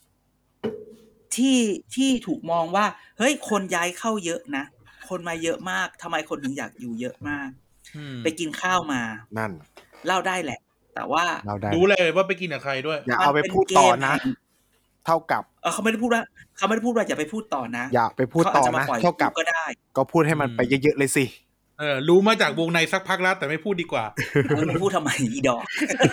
ที่ถูกมองว่าเฮ้ยคนย้ายเข้าเยอะนะคนมาเยอะมากทำไมคนถึงอยากอยู่เยอะมากไปกินข้าวมานั่นเล่าได้แหละแต่ว่ารู้เลยว่าไปกินกับใครด้วยอย่าเอาไปพูดต่อนะเท่ากับเขาไม่ได้พูดว่าอย่าไปพูดต่อนะอย่าไปพูดต่อนะเท่ากับก็ได้ก็พูดให้มันไปเยอะๆเลยสิรู้มาจากวงในสักพักแล้วแต่ไม่พูดดีกว่าไม่พูดทำไมอีดอก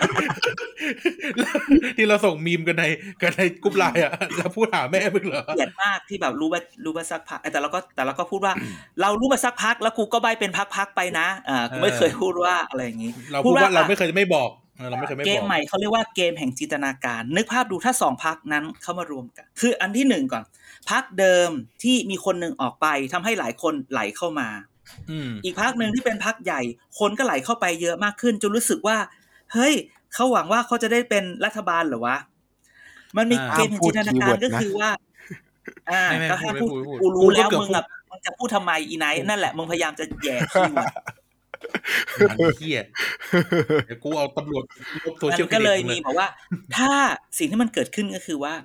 ที่เราส่งมีมกันในกลุ่มไลน์อ่ะจะพูดหาแม่มึงเหรอเกลียดมากที่แบบรู้มาสักพักแต่เราก็พูดว่าเรารู้มาสักพักแล้วกูก็ใบเป็นพักๆไปนะกูไม่เคยพูดว่าอะไรอย่างงี้เราพูดว่าเราไม่เคยไม่บอกเราไม่เคยไม่บอกเกมใหม่เขาเรียกว่าเกมแห่งจินตนาการนึกภาพดูถ้า2พรรคนั้นเข้ามารวมกันคืออันที่1ก่อนพรรคเดิมที่มีคนนึงออกไปทำให้หลายคนไหลเข้ามาอีกพรรคนึงที่เป็นพรรคใหญ่คนก็ไหลเข้าไปเยอะมากขึ้นจนรู้สึกว่าเฮ้ยเขาหวังว่าเขาจะได้เป็นรัฐบาลเหรอวะมันมีเกมแห่งจินตนาการก็คือว่าก็ให้พูดกูรู้แล้วมึงจะพูดทำไมอีไนท์นั่นแหละมึงพยายามจะแย่ขี้ว่ะมันเหี้ยเดี๋ยวกูเอาตำรวจโซเชียลก็เลยมีบอกว่าถ้าสิ่งที่มันเกิดขึ้นก็คือว่า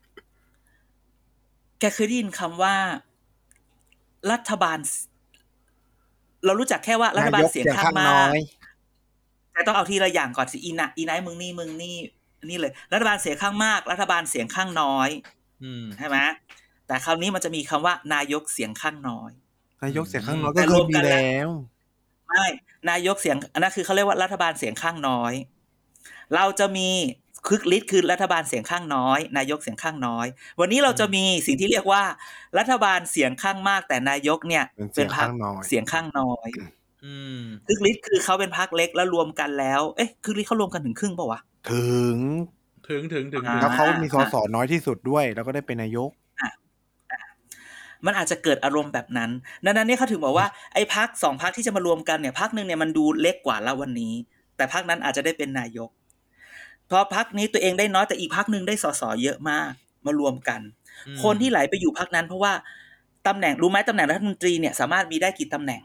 แกเคยได้ยินคำว่ารัฐบาลเรารู้จักแค่ว่ารัฐบาลเสียงข้างมากแต่ต้องเอาทีละอย่างก่อนสิอีไนท์มึงนี่เลยรัฐบาลเสียงข้างมากรัฐบาลเสียงข้างน้อยใช่ไหมแต่คราวนี้มันจะมีคำว่านายกเสียงข้างน้อยนายกเสียงข้างน้อยก็เคยมีแล้วไม่นายกเสียงอันนั้นคือเขาเรียกว่ารัฐบาลเสียงข้างน้อยเราจะมีคึกฤทธิ์คือรัฐบาลเสียงข้างน้อยนายกเสียงข้างน้อยวันนี้เราจะมีสิ่งที่เรียกว่ารัฐบาลเสียงข้างมากแต่นายกเนี่ยเป็นพรรคเสียงข้างน้อยคึกฤทธิ์คือเขาเป็นพรรคเล็กแล้วรวมกันแล้วคึกฤทธิ์เขารวมกันถึงครึ่งป่ะวะถึงแล้วเขามีสสน้อยที่สุดด้วยแล้วก็ได้เป็นนายกมันอาจจะเกิดอารมณ์แบบนั้นดังนั้นเนี่ยเขาถึงบอกว่าไอ้พรรค2พรรคที่จะมารวมกันเนี่ยพรรคนึงเนี่ยมันดูเล็กกว่าแล้ววันนี้แต่พรรคนั้นอาจจะได้เป็นนายกเพราะพรรคนี้ตัวเองได้น้อยแต่อีกพรรคนึงได้สสเยอะมากมารวมกันคนที่ไหลไปอยู่พรรคนั้นเพราะว่าตำแหน่งรู้ไหมตำแหน่งรัฐมนตรีเนี่ยสามารถมีได้กี่ตำแหน่ง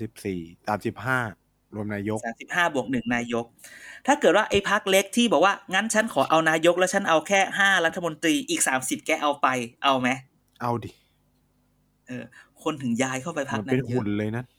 35รวมนายก 35บวก1นายกถ้าเกิดว่าไอ้พรรคเล็กที่บอกว่างั้นฉันขอเอานายกแล้วฉันเอาแค่5รัฐมนตรีอีก30แกเอาไปเอาไหมเอาดิคนถึงย้ายเข้าไปพรรคนั้นเป็นหุ่นเลยนะ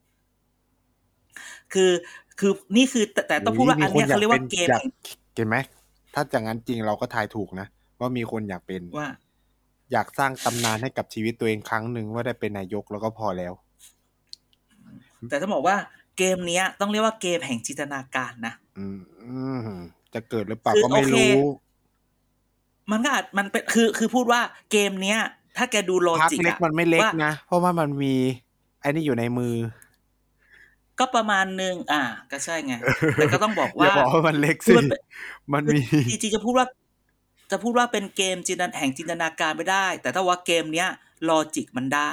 คือนี่คือแต่ต้องพูดว่าอันนี้เขาเรียกว่าเกมเห็นไหมถ้าอย่างนั้นจริงเราก็ทายถูกนะว่ามีคนอยากเป็นว่าอยากสร้างตำนานให้กับชีวิตตัวเองครั้งหนึ่งว่าได้เป็นนายกแล้วก็พอแล้วแต่ต้องบอกว่าเกมนี้ต้องเรียกว่าเกมแห่งจินตนาการนะจะเกิดหรือเปล่าก็ไม่รู้มันก็อาจมันเป็นคือพูดว่าเกมเนี้ยถ้าแกดูโลจิกอะเล็กมันไม่เล็กนะเพราะว่ามันมีไอ้นี่อยู่ในมือก็ประมาณนึงก็ใช่ไงแต่ก็ต้องบอกว่าอย่าบอกว่ามันเล็กสิมันมีจริงๆจะพูดว่าเป็นเกมแห่งจินตนาการไม่ได้แต่ถ้าว่าเกมเนี้ยลอจิกมันได้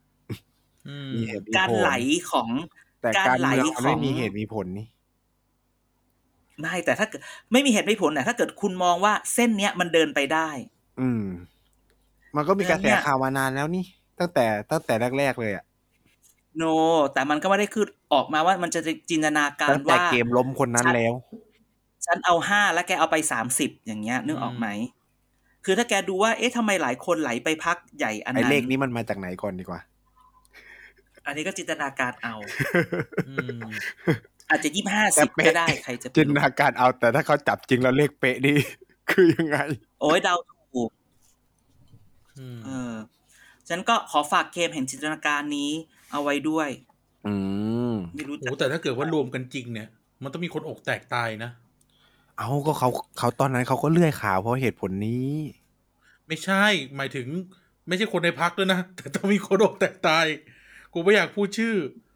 การไหลของการไหลของไม่มีเหตุมีผลนี่ไม่แต่ถ้าเกิดไม่มีเหตุไม่ผลถ้าเกิดคุณมองว่าเส้นเนี้ยมันเดินไปได้มันก็มีกระแสข่าวมานานแล้วนี่ตั้งแต่แรกๆเลยแต่มันก็ไม่ได้คือออกมาว่ามันจะจินตนาการว่าแต่เกมล้มคนนั้นแล้วฉันเอา5แล้วแกเอาไป30อย่างเงี้ยนึกออกไหมคือถ้าแกดูว่าทำไมหลายคนไหลไปพรรคใหญ่อันนั้นไอ้เลขนี้มันมาจากไหนก่อนดีกว่าอันนี้ก็จินตนาการเอาอาจจะ25-10ก็ได้ใครจะจินตนาการเอาแต่ถ้าเขาจับจริงแล้วเลขเป๊ะนี่คือยังไงโอ้ยเดาถูกฉันก็ขอฝากเกมแห่งจินตนาการนี้เอาไว้ด้วยไม่รู้แต่ถ้าเกิดว่ารวมกันจริงเนี่ยมันต้องมีคนอกแตกตายนะเอาก็เขาตอนนั้นเขาก็เลื่อยข่าวเพราะเหตุผลนี้ไม่ใช่หมายถึงไม่ใช่คนในพรรคด้วยนะแต่ต้องมีคนอกแตกตายกูไม่อยากพูดชื่อ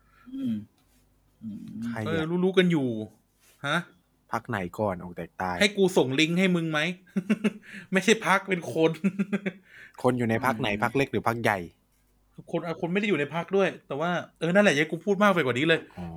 รู้กันอยู่ฮะพรรคไหนก่อนอกแตกตายให้กูส่งลิงก์ให้มึงไหม ไม่ใช่พรรคเป็นคนอยู่ในพรรคไหนพรรคเล็กหรือพรรคใหญ่คนไม่ได้อยู่ในพรรคด้วยแต่ว่านั่นแหละอย่ากูพูดมากไปกว่านี้เลย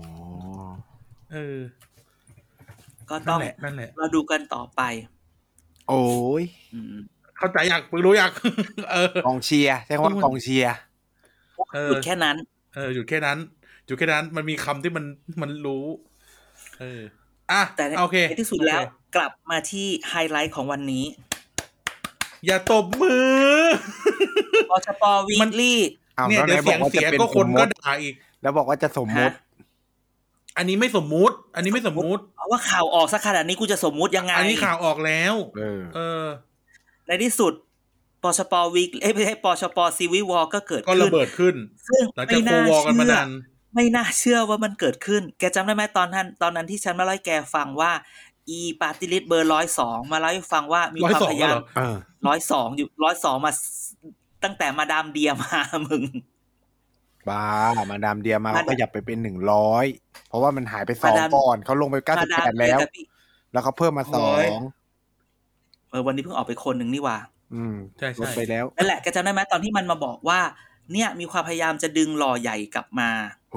ก็ต้องเราดูกันต่อไปโอ้ยเข้าใจอยากรู้อยากกองเชียร์ใช่ว่ากองเชียร์หยุดแค่นั้นหยุดแค่นั้นมันมีคำที่มันรู้แต่โอเคในที่สุดแล้วกลับมาที่ไฮไลท์ของวันนี้อย่าตบมือปชป.วีคลี่เนี่ยเดี๋ยวเสียก็คนก็ด่าอีกแล้วบอกว่าจะสมมุติอันนี้ไม่สมมุติเพราะว่าข่าวออกซะขนาดนี้กูจะสมมุติยังไงอันนี้ข่าวออกแล้วในที่สุดปชป.วีคไม่ใช่ปชป.ซีวิวอลก็เกิดขึ้นก็ระเบิดขึ้นซึ่งหลังจากโควอกันมานานไม่น่าเชื่อว่ามันเกิดขึ้นแกจำได้ไหมตอนนั้นที่ฉันมาเล่าให้แกฟังว่าอีปาร์ตี้ลิสต์เบอร์102มาเล่าให้ฟังว่ามีความพยายาม102อยู่102มาตั้งแต่มาดามเดียมามึงบ้ามาดามเดียมาก็ขยับไปเป็น100เพราะว่ามันหายไป2ก่อนเขาลงไป98แล้วเขาเพิ่มมา2 วันนี้เพิ่งออกไปคนนึงนี่หว่าใช่ลดไปแล้วนั่นแหละแกจำได้ไหมตอนที่มันมาบอกว่าเนี่ยมีความพยายามจะดึงหล่อใหญ่กลับมา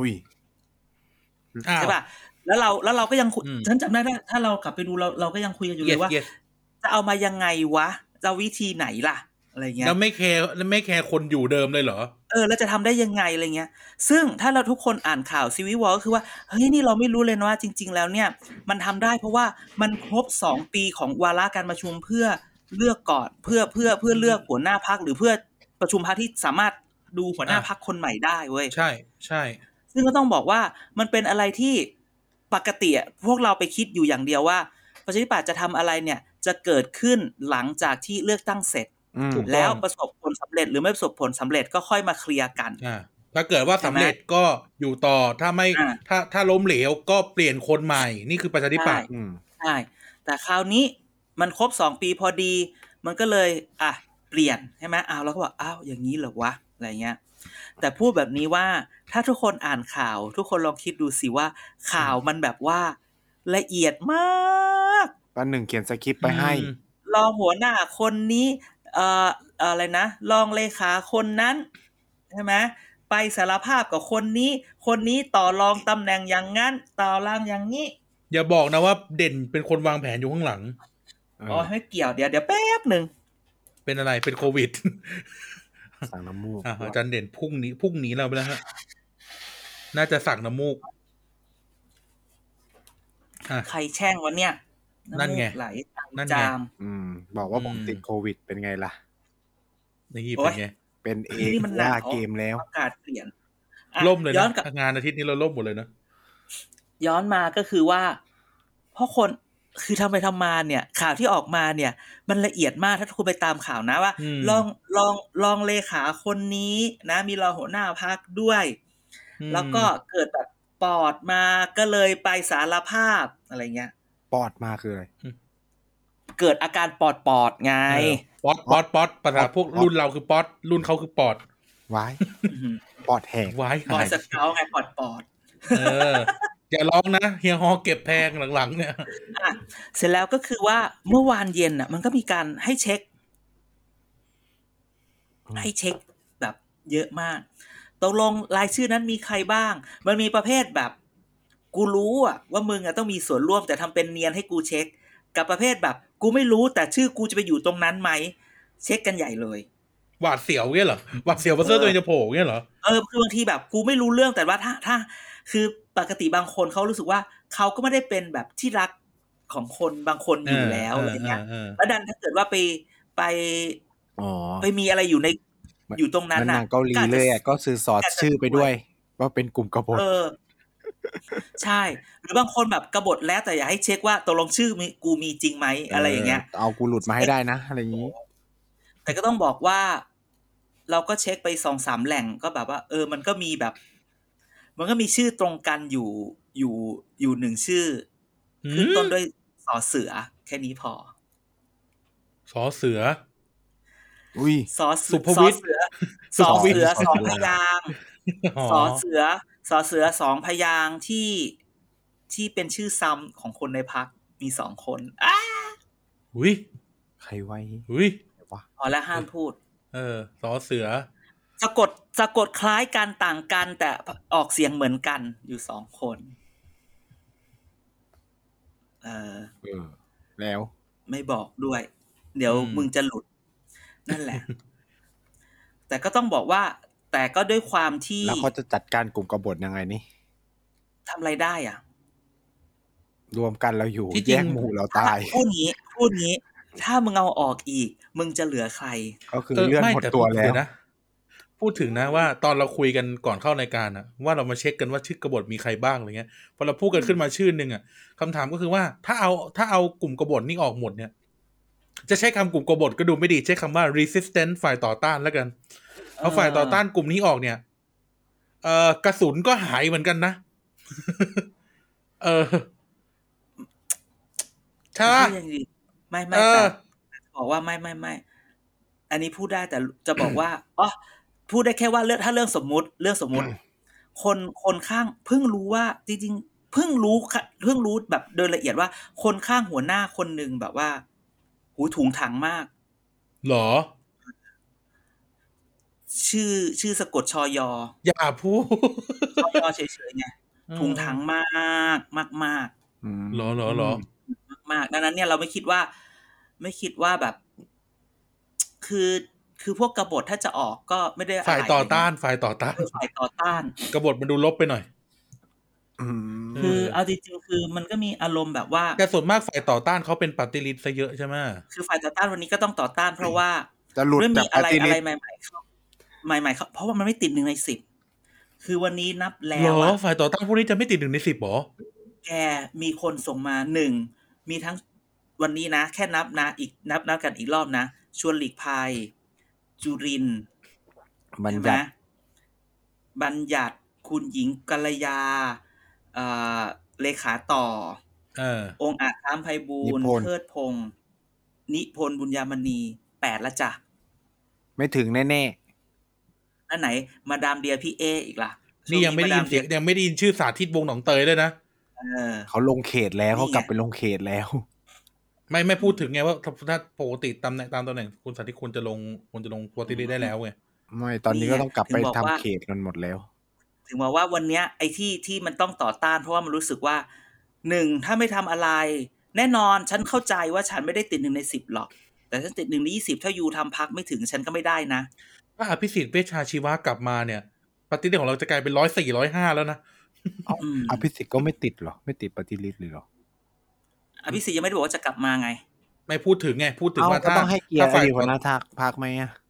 ใช่ป่ะแล้วเราก็ยังฉันจำได้ถ้าเรากลับไปดูเราก็ยังคุยกันอยู่เลยว่าจะเอามายังไงวะจะวิธีไหนล่ะอะไรเงี้ยแล้วไม่แคร์คนอยู่เดิมเลยเหรอแล้วจะทำได้ยังไงอะไรเงี้ยซึ่งถ้าเราทุกคนอ่านข่าวซีวิวอลก็คือว่าเฮ้ยนี่เราไม่รู้เลยนะว่าจริงๆแล้วเนี่ยมันทำได้เพราะว่ามันครบ2ปีของวาระการประชุมเพื่อเลือกก่อนเพื่อเลือกหัวหน้าพรรคหรือเพื่อประชุมพรรคที่สามารถดูหัวหน้าพรรคคนใหม่ได้เว้ยใช่ซึ่งก็ต้องบอกว่ามันเป็นอะไรที่ปกติพวกเราไปคิดอยู่อย่างเดียวว่าประชาธิปัตย์จะทำอะไรเนี่ยจะเกิดขึ้นหลังจากที่เลือกตั้งเสร็จแล้วประสบผลสำเร็จหรือไม่ประสบผลสำเร็จก็ค่อยมาเคลียร์กันถ้าเกิดว่าสำเร็จก็อยู่ต่อถ้าไม่ถ้าล้มเหลวก็เปลี่ยนคนใหม่นี่คือประชาธิปัตย์ใช่แต่คราวนี้มันครบ2ปีพอดีมันก็เลยเปลี่ยนใช่ไหมเราก็บอกอย่างนี้เหรอวะอะไรเงี้ยแต่พูดแบบนี้ว่าถ้าทุกคนอ่านข่าวทุกคนลองคิดดูสิว่าข่าวมันแบบว่าละเอียดมากป้าหนึ่งเขียนสคริปต์ไปให้รองหัวหน้าคนนี้อะไรนะรองเลขาคนนั้นใช่ไหมไปสารภาพกับคนนี้ต่อรองตำแหน่งอย่างงั้นต่อรองอย่างนี้อย่าบอกนะว่าเด่นเป็นคนวางแผนอยู่ข้างหลังไม่เกี่ยวเดี๋ยวแป๊บนึงเป็นอะไรเป็นโควิดสั่งน้ำมูกอาจารย์เด่นพุ่งหนีเราไปแล้วฮะน่าจะสั่งน้ำมูกใครแช่งวะเนี่ยนั่นไงไหลจามบอกว่าผมติดโควิดเป็นไงล่ะนี่เป็นไงเป็นล่าเกมแล้วอากาศเปลี่ยนล่มเลยนะงานอาทิตย์นี้เราล่มหมดเลยนะย้อนมาก็คือว่าเพราะคนคือทำไปทำมาเนี่ยข่าวที่ออกมาเนี่ยมันละเอียดมากถ้าคุณไปตามข่าวนะว่าลองเลขาคนนี้นะมีรองหัวหน้าพรรคด้วยแล้วก็เกิดแบบปอดมาก็เลยไปสารภาพอะไรเงี้ยปอดมาคืออะไรเกิดอาการปอดไงปอดภาษาพวกรุ่นเราคือปอดรุ่นเขาคือปอดวายปอดแหกวายปอดสเกาไงปอดอย่าร้องนะเฮียฮอเก็บแพงหลังๆเนี่ยเสร็จแล้วก็คือว่าเมื่อวานเย็นมันก็มีการให้เช็คแบบเยอะมากตกลงรายชื่อนั้นมีใครบ้างมันมีประเภทแบบกูรู้ว่ามึงต้องมีส่วนร่วมแต่ทำเป็นเนียนให้กูเช็คกับประเภทแบบกูไม่รู้แต่ชื่อกูจะไปอยู่ตรงนั้นไหมเช็คกันใหญ่เลยหวาดเสียวเงี้ยเหรอหวาดเสียวว่าเสื้อตัวเองจะโผล่เงี้ยเหรอคือบางทีแบบกูไม่รู้เรื่องแต่ว่าถ้าคือปกติบางคนเขารู้สึกว่าเขาก็ไม่ได้เป็นแบบที่รักของคนบางคนอยู่แล้วอะไรเงี้ยแล้วดันถ้าเกิดว่าไปมีอะไรอยู่ตรงนั้นน่ะเกาหลีเลยก็ซื้อสอดชื่อไปด้วยว่าเป็นกลุ่มกบฏใช่หรือบางคนแบบกบฏแล้วแต่อยากให้เช็คว่าตกลงชื่อกูมีจริงไหมอะไรอย่างเงี้ยเอากูหลุดมาให้ได้นะอะไรอย่างงี้แต่ก็ต้องบอกว่าเราก็เช็คไป 2-3 แหล่งก็แบบว่ามันก็มีแบบมันก็มีชื่อตรงกันอยู่1ชื่อขึ้นต้นด้วยสอเสือแค่นี้พอสอเสืออุ้ยสุภวิทย์สอเสือ2พยางค์สอเสือ2พยางค์ที่เป็นชื่อซ้ำของคนในพรรคมี2คนอุ้ยใครไว้อุ้ยพอแล้วห้ามพูดสอเสือสะกดคล้ายกันต่างกันแต่ออกเสียงเหมือนกันอยู่2คนแล้วไม่บอกด้วยเดี๋ยวมึงจะหลุดนั่นแหละ แต่ก็ต้องบอกว่าแต่ก็ด้วยความที่แล้วเขาจะจัดการกลุ่มกบฏยังไงนี่ทำอะไรได้อ่ะรวมกันเราอยู่แย่งหมู่เราตายพูดงี้ถ้ามึงเอาออกอีกมึงจะเหลือใครก็คือเลื่อนหมดตัวแล้วนะพูดถึงนะว่าตอนเราคุยกันก่อนเข้ารายการอะว่าเรามาเช็คกันว่าชื่อกบฏมีใครบ้างอะไรเงี้ยพอเราพูดกันขึ้นมาชื่อนึงอะคำถามก็คือว่าถ้าเอากลุ่มกบฏนี่ออกหมดเนี่ยจะใช้คำกลุ่มกบฏก็ดูไม่ดีใช้คำว่า resistance ฝ่ายต่อต้านแล้วกันเอาฝ่ายต่อต้านกลุ่มนี้ออกเนี่ยกระสุนก็หายเหมือนกันนะใช่ไม่แต่บอกว่าไม่อันนี้พูดได้แต่จะบอกว่าพูดได้แค่ว่าถ้าเรื่องสมมุติคนข้างเพิ่งรู้ว่าจริงๆเพิ่งรู้แบบโดยละเอียดว่าคนข้างหัวหน้าคนนึงแบบว่าหูถุงถังมากหรอชื่อสะกดชยอย่าพูดชยเฉยๆไงถุงถังมากหรอมากดังนั้นเนี่ยเราไม่คิดว่าแบบคือพวกกบฏถ้าจะออกก็ไม่ได้ฝ่ายต่อต้านกบฏมันดูลบไปหน่อยคือเอาจริงๆคือมันก็มีอารมณ์แบบว่าแต่ส่วนมากฝ่ายต่อต้านเขาเป็นปฏิริษีซะเยอะใช่ไหมคือฝ่ายต่อต้านวันนี้ก็ต้องต่อต้านเพราะว่าจะหลุดจากอะไรใหม่ๆเขาเพราะว่ามันไม่ติด1 ใน 10คือวันนี้นับแล้วฝ่ายต่อต้านพวกนี้จะไม่ติด1 ใน 10หรอแกมีคนส่งมา1มีทั้งวันนี้นะแค่นับนะอีกนับกันอีกรอบนะชวนหลีกภัยจุรินทร์บัญญัติคุณหญิงกัลยาเลขาต่อองค์อาจค้ามไพบูลย์เทิดพงษ์นิพนธ์บุญญามณี8ละจ้ะไม่ถึงแน่ๆนั่นไหนมาดามเดียพี่เออีกล่ะนี่ยังไม่ได้ยินเสียงยังไม่ได้ยินชื่อสาธิตวงศ์หนองเตยเลยนะเขาลงเขตแล้วเขากลับไปลงเขตแล้วไม่พูดถึงไงว่าถ้าปกติตามตำแหน่งคุณสาธิตควรจะลงปกติได้แล้วไงไม่ตอนนี้ก็ต้องกลับไปทำเขตกันหมดแล้วถึงบอกว่าวันนี้ไอ้ที่มันต้องต่อต้านเพราะว่ามันรู้สึกว่า1ถ้าไม่ทำอะไรแน่นอนฉันเข้าใจว่าฉันไม่ได้ติด1 ใน 10หรอกแต่ฉันติด1 ใน 20ถ้ายูทำพรรคไม่ถึงฉันก็ไม่ได้นะถ้าอภิสิทธิ์เวชชาชีวะกลับมาเนี่ยปฏิริษีของเราจะกลายเป็น104 105แล้วนะอภิสิทธิ์ก็ไม่ติดหรอไม่ติดปฏิริษีเลยหรออภิสิทธิ์ยังไม่ได้บอกว่าจะกลับมาไงไม่พูดถึงไงพูดถึงว่าถ้าต้องให้เกียรติฝ่ายหัวหน้าพรรคไหม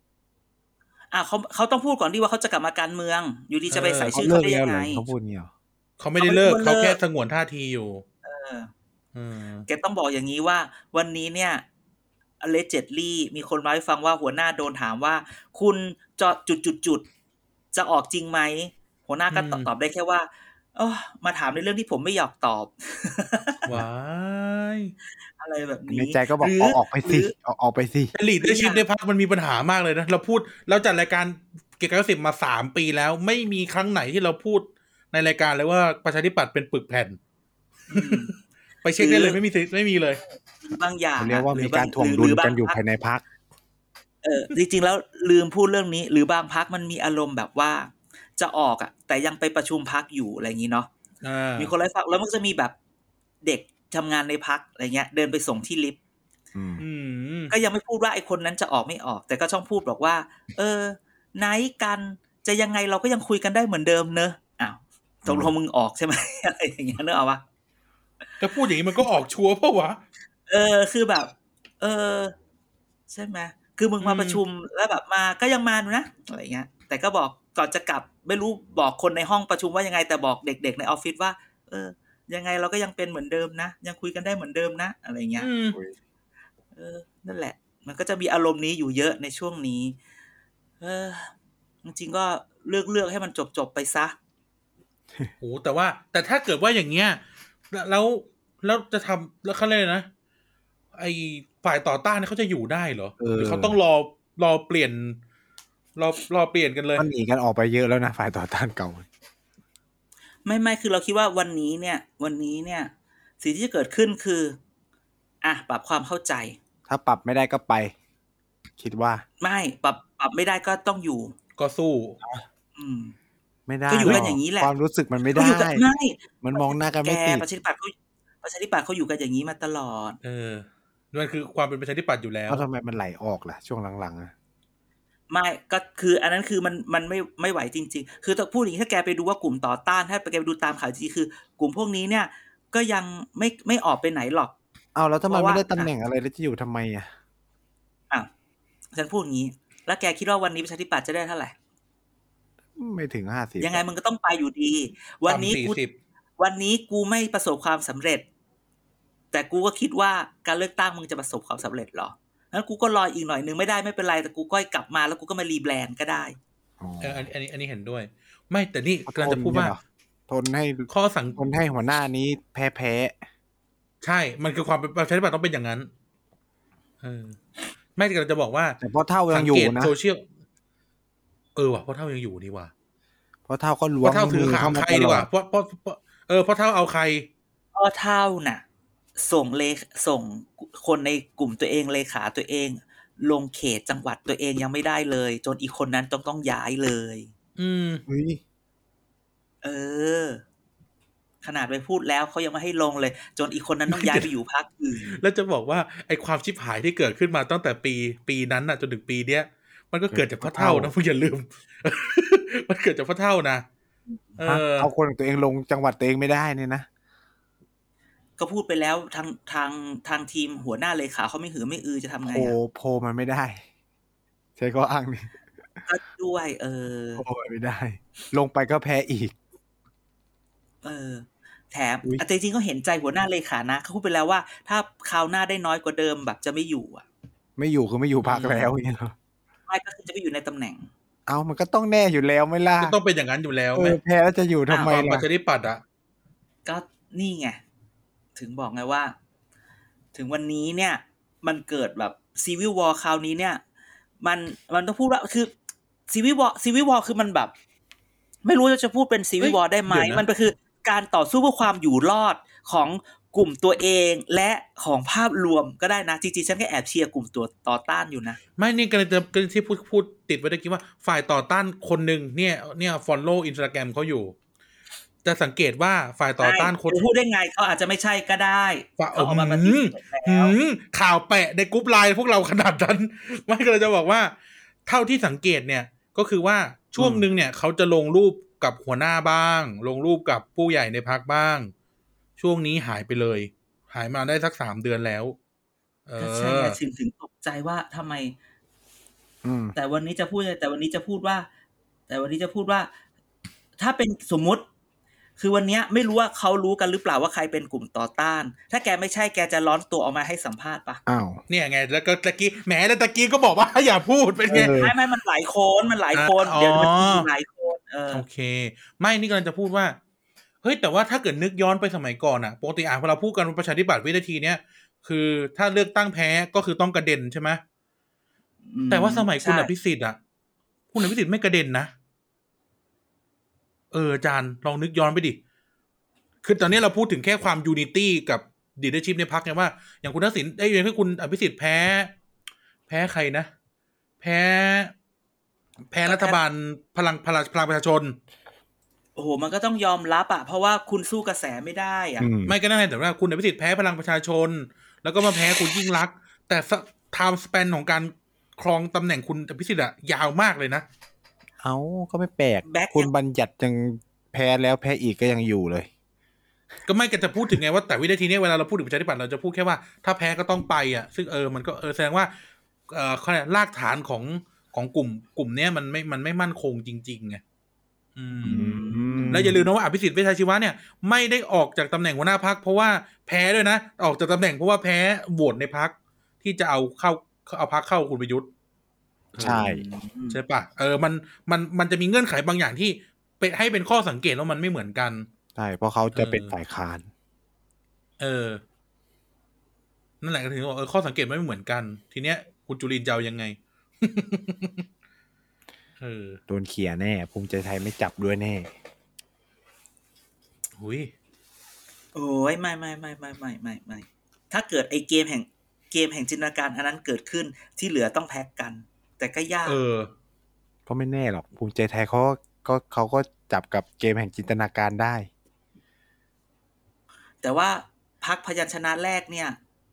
เขาต้องพูดก่อนดิว่าเขาจะกลับมาการเมืองอยู่ดีจะไปใส่ชื่อเขาได้ยังไงเขาพูดเนี่ยเขาไม่ได้เลิกเขาแค่สงวนท่าทีอยู่แกต้องบอกอย่างนี้ว่าวันนี้เนี่ยเลเจนลี่มีคนมาให้ฟังว่าหัวหน้าโดนถามว่าคุณจะจุดจะออกจริงไหมหัวหน้าก็ตอบได้แค่ว่ามาถามในเรื่องที่ผมไม่อยากตอบว้ายอะไรแบบนี้ในใจก็บอกออกไปสิออกไปสิลีดเดอร์ชิพในพรรคมันมีปัญหามากเลยนะเราพูดเราจัดรายการเกี่ยวกับ10มา3 ปีแล้วไม่มีครั้งไหนที่เราพูดในรายการเลยว่าประชาธิปัตย์เป็นปึกแผ่นไปเช็คได้เลยไม่มีเลยบางอย่างเรียกว่ามีการถ่วงดุลกันอยู่ภายในพรรคจริงๆแล้วลืมพูดเรื่องนี้หรือบางพรรคมันมีอารมณ์แบบว่าจะออกแต่ยังไปประชุมพรรคอยู่อะไรอย่างนี้เนาะมีคนไลฟ์ฟังแล้วมันจะมีแบบเด็กทำงานในพรรคอะไรเงี้ยเดินไปส่งที่ลิฟต์ก็ยังไม่พูดว่าไอ้คนนั้นจะออกไม่ออกแต่ก็ช่องพูดบอกว่าไนท์กันจะยังไงเราก็ยังคุยกันได้เหมือนเดิมเนอะอ้าวตกลงมึงออกใช่ไหมอะไรอย่างเงี้ยเนอะเอาวะถ้าพูดอย่างนี้มันก็ออกชัวร์เปล่าวะคือแบบใช่ไหมคือมึงมาประชุมแล้วแบบมาก็ยังมาดูนะอะไรเงี้ยแต่ก็บอกก่อนจะกลับไม่รู้บอกคนในห้องประชุมว่ายังไงแต่บอกเด็กๆในออฟฟิศว่ายังไงเราก็ยังเป็นเหมือนเดิมนะยังคุยกันได้เหมือนเดิมนะอะไรเงี้ยนั่นแหละมันก็จะมีอารมณ์นี้อยู่เยอะในช่วงนี้จริงๆก็เลือกให้มันจบไปซะโอ้แต่ถ้าเกิดว่าอย่างเงี้ยแล้วจะทำแล้วเขาเรียกนะไอ้ฝ่ายต่อต้านเนี่ยเขาจะอยู่ได้เหรอหรือเขาต้องรอเปลี่ยนรอเปลี่ยนกันเลยมันหนีกันออกไปเยอะแล้วนะฝ่ายต่อต้านเก่าไม่คือเราคิดว่าวันนี้เนี่ยสิ่งที่จะเกิดขึ้นคือปรับความเข้าใจถ้าปรับไม่ได้ก็ไปคิดว่าไม่ปรับไม่ได้ก็ต้องอยู่ก็สู้ไม่ได้ก็อยู่กันอย่างนี้แหละความรู้สึกมันไม่ได้มันมองหน้ากันไม่ติดประชาธิปัตย์เขาอยู่กันอย่างนี้มาตลอดมันคือความเป็นประชาธิปัตย์อยู่แล้วแล้วทำไมมันไหลออกล่ะช่วงหลังๆไม่ก็คืออันนั้นคือมันไม่ไหวจริงๆคือถ้าพูดอย่างนี้ถ้าแกไปดูว่ากลุ่มต่อต้านถ้าแกไปดูตามข่าวจริงๆคือกลุ่มพวกนี้เนี่ยก็ยังไม่ออกไปไหนหรอกแล้วทำไมไม่ได้ตำแหน่งอะไรแล้วจะอยู่ทำไมฉันพูดงี้แล้วแกคิดว่าวันนี้ประชาธิปัตย์จะได้เท่าไหร่ไม่ถึง50 ยังไงมึงก็ต้องไปอยู่ดีวันนี้กูไม่ประสบความสำเร็จแต่กูก็คิดว่าการเลือกตั้งมึงจะประสบความสำเร็จหรองั้นกูก็รออีกหน่อยนึงไม่ได้ไม่เป็นไรแต่กูก็กลับมาแล้วกูก็มารีแบรนด์ก็ได้อันนี้เห็นด้วยไม่แต่นี่กำลังจะพูดว่าทนให้ทนให้หัวหน้านี้แพ้ใช่มันคือความเป็นประชาธิปัตย์ต้องเป็นอย่างนั้นไม่กำลังจะบอกว่าแต่พ่อเท่ายังอยู่นะโซเชียลว่ะพ่อเท่ายังอยู่ดีว่ะพ่อเท่าก็ล้วงพ่อเท่าถือขาใครดีกว่าพ่อเท่าเอาใครพ่อเท่าน่ะส่งคนในกลุ่มตัวเองเลขาตัวเองลงเขตจังหวัดตัวเองยังไม่ได้เลยจนอีกคนนั้นต้องย้ายเลยขนาดไปพูดแล้วเขายังไม่ให้ลงเลยจนอีกคนนั้นต้องย้ายไปอยู่พรรคอื่นแล้วจะบอกว่าไอ้ความชิบหายที่เกิดขึ้นมาตั้งแต่ปีนั้นน่ะจนถึงปีเนี้ยมันก็เกิดจากพ่อเท่านะพวกอย่าลืมมันเกิดจากพ่อเท่านะเอาคนของตัวเองลงจังหวัดตัวเองไม่ได้เนี่ยนะก็พูดไปแล้วทางทีมหัวหน้าเลขาเขาไม่หือไม่อือจะทำไงโพมันไม่ได้ใช่ก็อ้างนี่ก็ด้วยโพไม่ได้ลงไปก็แพ้อีกแถมแต่จริงๆก็เห็นใจหัวหน้าเลขานะเขาพูดไปแล้วว่าถ้าคราวหน้าได้น้อยกว่าเดิมแบบจะไม่อยู่ไม่อยู่คือไม่อยู่พรรคแล้วอย่างเงี้ยไม่ก็คือจะไม่อยู่ในตำแหน่งมันก็ต้องแน่อยู่แล้วไม่ล่ะก็ต้องเป็นอย่างนั้นอยู่แล้วแพ้แล้วจะอยู่ทำไมล่ะประชาธิปัตย์ก็นี่ไงถึงบอกไงว่าถึงวันนี้เนี่ยมันเกิดแบบซีวิลวอร์คราวนี้เนี่ยมันต้องพูดว่าคือซีวิลวอร์คือมันแบบไม่รู้จะพูดเป็นซีวิลวอร์ได้ไหมมันก็คือการต่อสู้เพื่อความอยู่รอดของกลุ่มตัวเองและของภาพรวมก็ได้นะจริงๆฉันก็แอบเชียร์กลุ่มตัวต่อต้านอยู่นะไม่นี่กันที่พูดติดไว้ตะกี้ว่าฝ่ายต่อต้านคนนึงเนี่ยfollow Instagram เขาอยู่จะสังเกตว่าฝ่ายต่อต้านคนพูดได้ไงเขาอาจจะไม่ใช่ก็ได้เขาออกมาปฏิเสธแล้วข่าวแปะในกรุ๊ปไลน์พวกเราขนาดนั้นไม่ก็เลยจะบอกว่าเท่าที่สังเกตเนี่ยก็คือว่าช่วงนึงเนี่ยเขาจะลงรูปกับหัวหน้าบ้างลงรูปกับผู้ใหญ่ในพรรคบ้างช่วงนี้หายไปเลยหายมาได้สัก3 เดือนแล้วใช่ถึงตกใจว่าทำไมแต่วันนี้จะพูดว่าถ้าเป็นสมมุติคือวันนี้ไม่รู้ว่าเขารู้กันหรือเปล่าว่าใครเป็นกลุ่มต่อต้านถ้าแกไม่ใช่แกจะร้อนตัวออกมาให้สัมภาษณ์ปะเนี่ยไงแล้วก็ตะกี้แหมแล้วตะกี้ก็บอกว่าอย่าพูดเป็นไงไม่มันหลายคนเดี๋ยวมันมีหลายคนโอเคไม่นี่กำลังจะพูดว่าเฮ้ยแต่ว่าถ้าเกิดนึกย้อนไปสมัยก่อนปกติพอเราพูดกันประชาธิปัตย์วินาทีเนี้ยคือถ้าเลือกตั้งแพ้ก็คือต้องกระเด็นใช่ไหมแต่ว่าสมัยคุณอภิสิทธิ์คุณอภิสิทธิ์ไม่กระเด็นนะอาจารย์ลองนึกย้อนไปดิคือตอนนี้เราพูดถึงแค่ความยูนิตี้กับลีดเดอร์ชิพในพรรคไงว่าอย่างคุณทักษิณอย่างที่คุณอภิสิทธิ์แพ้ใครนะแพ้รัฐบาลพลังประชาชนโอ้โหมันก็ต้องยอมรับเพราะว่าคุณสู้กระแสไม่ได้ไม่ก็ได้แต่ว่าคุณอภิสิทธิ์แพ้พลังประชาชนแล้วก็มาแพ้คุณยิ่งลักษณ์แต่ไทม์สเปนของการครองตำแหน่งคุณอภิสิทธิ์ยาวมากเลยนะก็ไม่แปลกคุณบัญญัติยังแพ้แล้วแพ้อีกก็ยังอยู่เลยก็ไม่กันจะพูดถึงไงว่าแต่วินาทีนี้เวลาเราพูดถึงประชาธิปัตย์เราจะพูดแค่ว่าถ้าแพ้ก็ต้องไปซึ่งมันก็แสดงว่าเขารากฐานของกลุ่มเนี้ยมันไม่มั่นคงจริงๆไงแล้วอย่าลืมนะว่าอภิสิทธิ์เวชชาชีวะเนี่ยไม่ได้ออกจากตำแหน่งหัวหน้าพรรคเพราะว่าแพ้ด้วยนะออกจากตำแหน่งเพราะว่าแพ้โหวตในพรรคที่จะเอาพรรคเข้าคุณประยุทธ์ใช่ใช่ปะมันจะมีเงื่อนไขบางอย่างที่เป็นให้เป็นข้อสังเกตว่ามันไม่เหมือนกันใช่เพราะเขาจะเป็นฝ่ายค้านนั่นแหละก็ถึงว่าข้อสังเกตไม่เหมือนกันทีเนี้ยคุณจุลินทร์จะเอายังไงโดนเขี่ยแน่ภูมิใจไทยไม่จับด้วยแน่หุยโอ้ยไม่ถ้าเกิดไอเกมแห่งจินตนาการอันนั้นเกิดขึ้นที่เหลือต้องแพ็กกันแต่ก็ยากเพราะไม่แน่หรอกภูมิใจไทยเขาก็จับกับเกมแห่งจินตนาการได้แต่ว่าพรรคพยัญชนะแรกเนี่ย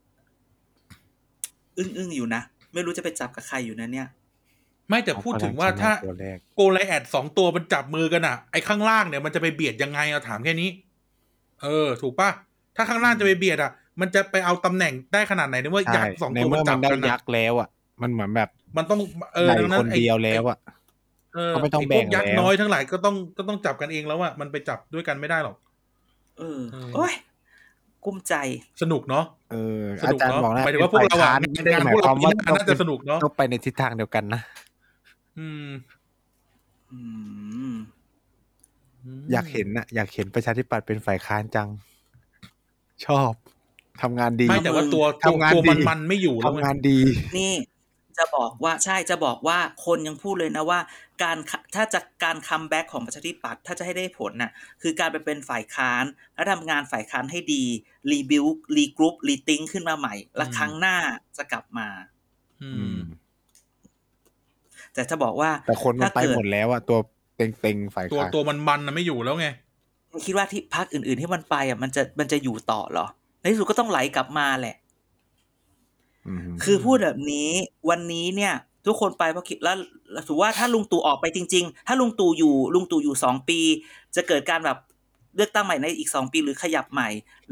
อึ้งอยู่นะไม่รู้จะไปจับกับใครอยู่นะเนี่ยไม่แต่พูดถึงว่าถ้าโกไลแอด2ตัวมันจับมือกันอ่ะไอ้ข้างล่างเนี่ยมันจะไปเบียดยังไงเอาถามแค่นี้ถูกป่ะถ้าข้างล่างจะไปเบียดอ่ะมันจะไปเอาตำแหน่งได้ขนาดไหนเนี่ยว่ายักษ์2ตัวมันจับกันยักษ์แล้วอ่ะมันเหมือนแบบมันต้องคนเดียวแล้วอ่ะเขาไม่ต้องแบ่งแล้วยักษ์น้อยทั้งหลายก็ต้องจับกันเองแล้วอ่ะมันไปจับด้วยกันไม่ได้หรอกโอ้ยกุ้มใจสนุกเนาะอาจารย์บอกนะหมายถึงว่าพวกเรางานพวกเราน่าจะสนุกเนาะต้องไปในทิศทางเดียวกันนะอยากเห็นประชาธิปัตย์เป็นฝ่ายค้านจังชอบทำงานดีไม่แต่ว่าตัวมันไม่อยู่ทำงานดีนี่จะบอกว่าคนยังพูดเลยนะว่าถ้าจะการคัมแบ็กของประชาธิปัตย์ถ้าจะให้ได้ผลน่ะคือการไปเป็นฝ่ายค้านและทำงานฝ่ายค้านให้ดีรีบิวรีกรุ๊ปรีทิงขึ้นมาใหม่และครั้งหน้าจะกลับมาแต่จะบอกว่าแต่คนมันไปหมดแล้วอะตัวเต็งฝ่ายค้านตัวมันไม่อยู่แล้วไงคิดว่าที่พรรคอื่นๆที่มันไปอะมันจะอยู่ต่อเหรอในที่สุดก็ต้องไหลกลับมาแหละคือพูดแบบนี้วันนี้เนี่ยทุกคนไปเพราะคิดแล้วถือว่าถ้าลุงตู่ออกไปจริงๆถ้าลุงตู่อยู่2ปีจะเกิดการแบบเลือกตั้งใหม่ในอีก2ปีหรือขยับใหม่ห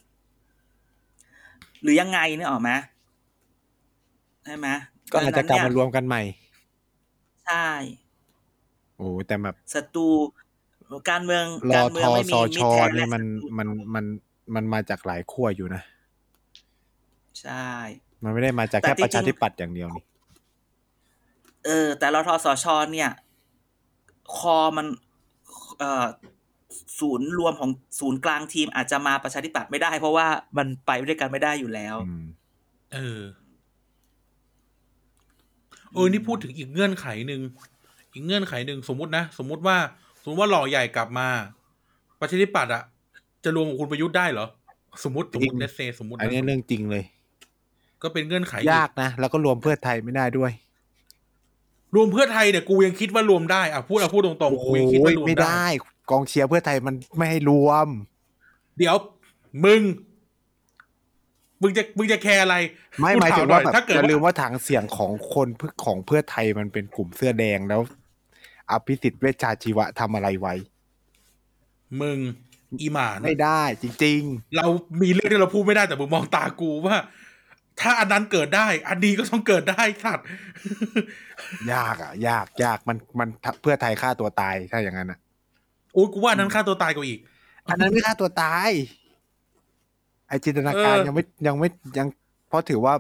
รือยังไงเนี่ยออกมั้ยใช่มั้ยก็อาจจะกลับมารวมกันใหม่ใช่โอ้แต่แบบศัตรูการเมืองไม่มีมิตรแท้เนี่ยมันมาจากหลายขั้วอยู่นะใช่มันไม่ได้มาจากแค่ประชาธิปัตย์อย่างเดียวนี่แต่รทสชเนี่ยคอมันศูนย์รวมของศูนย์กลางทีมอาจจะมาประชาธิปัตย์ไม่ได้เพราะว่ามันไปด้วยกันไม่ได้อยู่แล้วนี่พูดถึงอีกเงื่อนไขนึงสมมุติว่าหล่อใหญ่กลับมาประชาธิปัตย์อ่ะจะรวมกับคุณประยุทธ์ได้เหรอสมมุติเนสเซสมมุติอันนี้เรื่องจริงเลยก็เป็นเงื่อนไขยากนะแล้วก็รวมเพื่อไทยไม่ได้ด้วยรวมเพื่อไทยเนี่ยกูยังคิดว่ารวมได้พูดตรงๆกูยังคิดว่ารวมไม่ได้กองเชียร์เพื่อไทยมันไม่ให้รวมเดี๋ยวมึงจะแคร์อะไรไม่หมายถึงว่าถ้าเกิดอย่าลืมว่าถังเสียงของคนของเพื่อไทยมันเป็นกลุ่มเสื้อแดงแล้วอภิสิทธิ์เวชชาชีวะทำอะไรไว้มึงอีหม่าไม่ได้จริงๆเรามีเรื่องที่เราพูดไม่ได้แต่มึงมองตากูว่าถ้าอันนั้นเกิดได้อันนี้ก็ต้องเกิดได้สัตว์ยากมันเพื่อไทยฆ่าตัวตายถ้าอย่างนั้นโอ้ยกูว่านั้นฆ่าตัวตายกว่าอีกอันนั้นไม่ฆ่าตัวตายไอจินตนาการยังเพราะถือว่า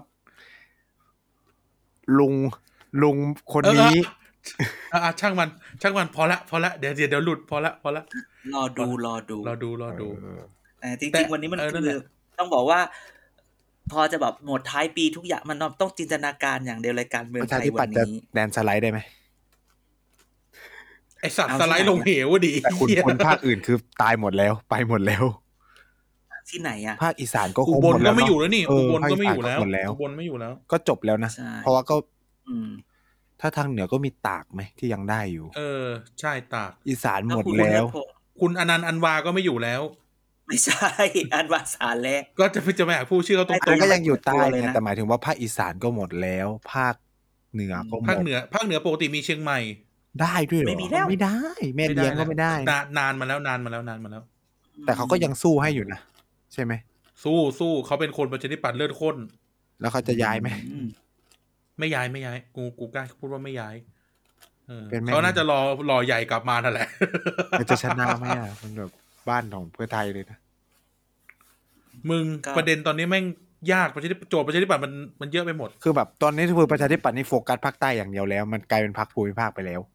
ลุงคนนี้ช่างมันพอละเดี๋ยวหลุดพอละรอดูแต่จริงๆวันนี้มันคือต้องบอกว่าพอจะแบบหมดท้ายปีทุกอย่างมันต้องจินตนาการอย่างเดียวรายการเมืองไทยวันนี้แดนสไลด์ได้ไหมไอสัตว์สไลด์ลงเหวดีแต่คนภาคอื่นคือตายหมดแล้วไปหมดแล้วที่ไหนอ่ะภาคอีสานก็คงหมดแล้วก็ไม่อยู่แล้วนี่อุบลก็ไม่อยู่แล้วอุบลไม่อยู่แล้วก็จบแล้วนะเพราะว่าก็ถ้าทางเหนือก็มีตากไหมที่ยังได้อยู่ใช่ตากอีสานหมดแล้วคุณอนันต์อันวาก็ไม่อยู่แล้วไม่ใช่อันวาสารแล้วก็จะไม่อยากพูดชื่อเขาตรงๆก็ยังอยู่ใต้เลยนะแต่หมายถึงว่าภาคอีสานก็หมดแล้วภาคเหนือก็หมดภาคเหนือปกติมีเชียงใหม่ได้ด้วยเหรอไม่ได้แม่เลี้ยงก็ไม่ได้นานมาแล้วแต่เขาก็ยังสู้ให้อยู่นะใช่ไหมสู้เขาเป็นคนประชาธิปัตย์เลือดข้นแล้วเขาจะย้ายไหมไม่ย้ายกูกล้าพูดว่าไม่ย้ายเขาน่าจะรอใหญ่กลับมานั่นแหละจะชนะไหมอ่ะมันแบบบ้านของเพื่อไทยเลยนะมึงประเด็นตอนนี้แม่งยากโจทย์ประชาธิปัตย์มันเยอะไปหมดคือแบบตอนนี้คือประชาธิปัตย์นี่โฟกัสภาคใต้อย่างเดียวแล้วมันกลายเป็นพรรคภูมิภาคไปแล้ว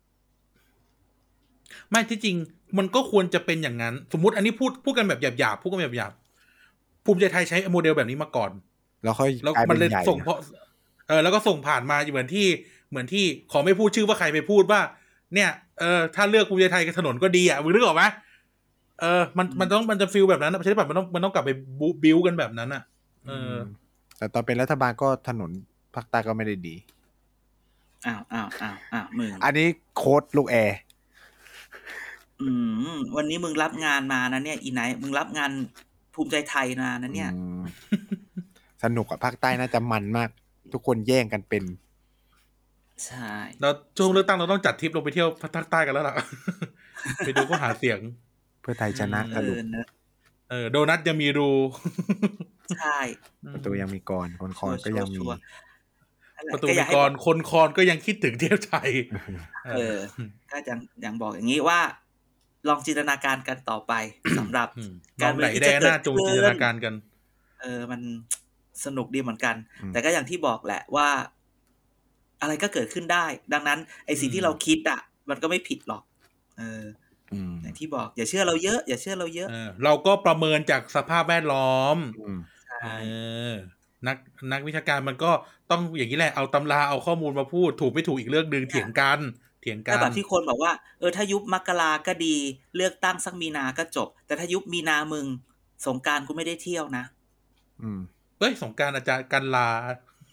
ไม่ที่จริงมันก็ควรจะเป็นอย่างนั้นสมมุติอันนี้พูดกันแบบหยาบๆพูดกันแบบหยาบภูมิใจไทยใช้โมเดลแบบนี้มาก่อนแล้วค่อยแล้วมันเลยส่งเพราะแล้วก็ส่งผ่านมาเหมือนที่ขอไม่พูดชื่อว่าใครไปพูดว่าเนี่ยถ้าเลือกภูมิใจไทยกับถนนก็ดีอ่ะมึงนึกออกไหมมันจะฟีลแบบนั้นประชาธิปัตย์มันต้องกลับไปบิวกันแบบนั้นอ่ะแต่ตอนเป็นรัฐบาลก็ถนนภาคใต้ก็ไม่ได้ดีมึงอันนี้โค้ดลูกแอร์วันนี้มึงรับงานมานะเนี่ยอีไนท์มึงรับงานภูมิใจไทยมานะเนี่ยสนุกอ่ะภาคใต้น่าจะมันมากทุกคนแย่งกันเป็นใช่แล้วช่วงเลือกตั้งเราต้องจัดทริปลงไปเที่ยวภาคใต้กันแล้วล่ะ ไปดูก็หาเสียงเพื่อไทยชนะสรุปโดนัทยังมีรูใช่ประตูยังมีกรคนคอนก็ยังมีประตูมีกรคนคอนก็ยังคิดถึงเที่ยวไทยก็ยังบอกอย่างนี้ว่าลองจินตนาการกันต่อไปสำหรับการไหนแดหน้าจงจินตนาการกันมันสนุกดีเหมือนกันแต่ก็อย่างที่บอกแหละว่าอะไรก็เกิดขึ้นได้ดังนั้นไอ้สิ่งที่เราคิดอ่ะมันก็ไม่ผิดหรอกอย่างที่บอกอย่าเชื่อเราเยอะเราก็ประเมินจากสภาพแวดล้อมนักวิชาการมันก็ต้องอย่างนี้แหละเอาตำราเอาข้อมูลมาพูดถูกไม่ถูกอีกเรื่องนึงเถียงกันแต่แบบที่คนบอกว่าถ้ายุบมกราก็ดีเลือกตั้งสักมีนาก็จบแต่ถ้ายุบมีนามึงสงกรานต์กูไม่ได้เที่ยวนะเฮ้ยสงกรานต์อาจารย์กันลา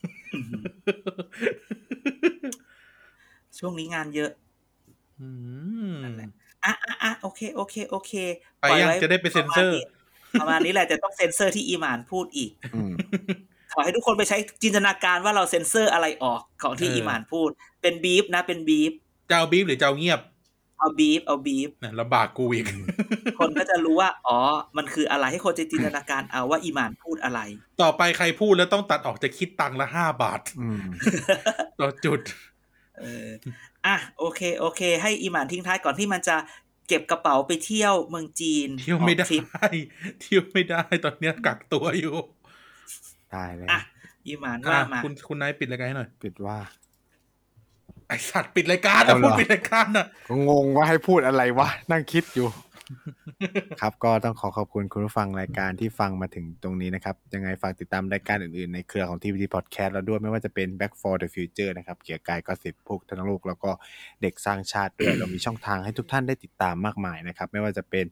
ช่วงนี้งานเยอะนั่นแหละโอเคไปยังจะได้ไปเซ็นเซอร์ประมาณนี้แหละจะต้องเซ็นเซอร์ที่อีหม่านพูดอีกขอให้ทุกคนไปใช้จินตนาการว่าเราเซ็นเซอร์อะไรออกของที่อีหม่านพูดเป็นบีฟนะเป็นบีฟเจ้าบีฟหรือเจ้าเงียบเอาบีฟลำบากกูอีกคนก็จะรู้ว่ามันคืออะไรให้คนจะจินตนาการเอาว่าอีหม่านพูดอะไรต่อไปใครพูดแล้วต้องตัดออกจะคิดตังค์ละ5 บาทต่อจุดโอเคให้อีหม่านทิ้งท้ายก่อนที่มันจะเก็บกระเป๋าไปเที่ยวเมืองจีนเที่ยวไม่ได้ตอนนี้กักตัวอยู่ได้เลยอีหม่านว่ามาคุณนายปิดรายการให้หน่อยปิดว่าไอสัตว์ปิดรายการพูดปิดรายการน่ะงงว่าให้พูดอะไรวะนั่งคิดอยู่ครับก็ต้องขอบคุณคุณผู้ฟังรายการที่ฟังมาถึงตรงนี้นะครับยังไงฝากติดตามรายการอื่นๆในเครือของ TVD Podcast เราด้วยไม่ว่าจะเป็น Back for the Future นะครับเกี่ยวกับกายก็10พวกทั้งโลกแล้วก็เด็กสร้างชาติด้วย เรามีช่องทางให้ทุกท่านได้ติดตามมากมายนะครับไม่ว่าจะเป็น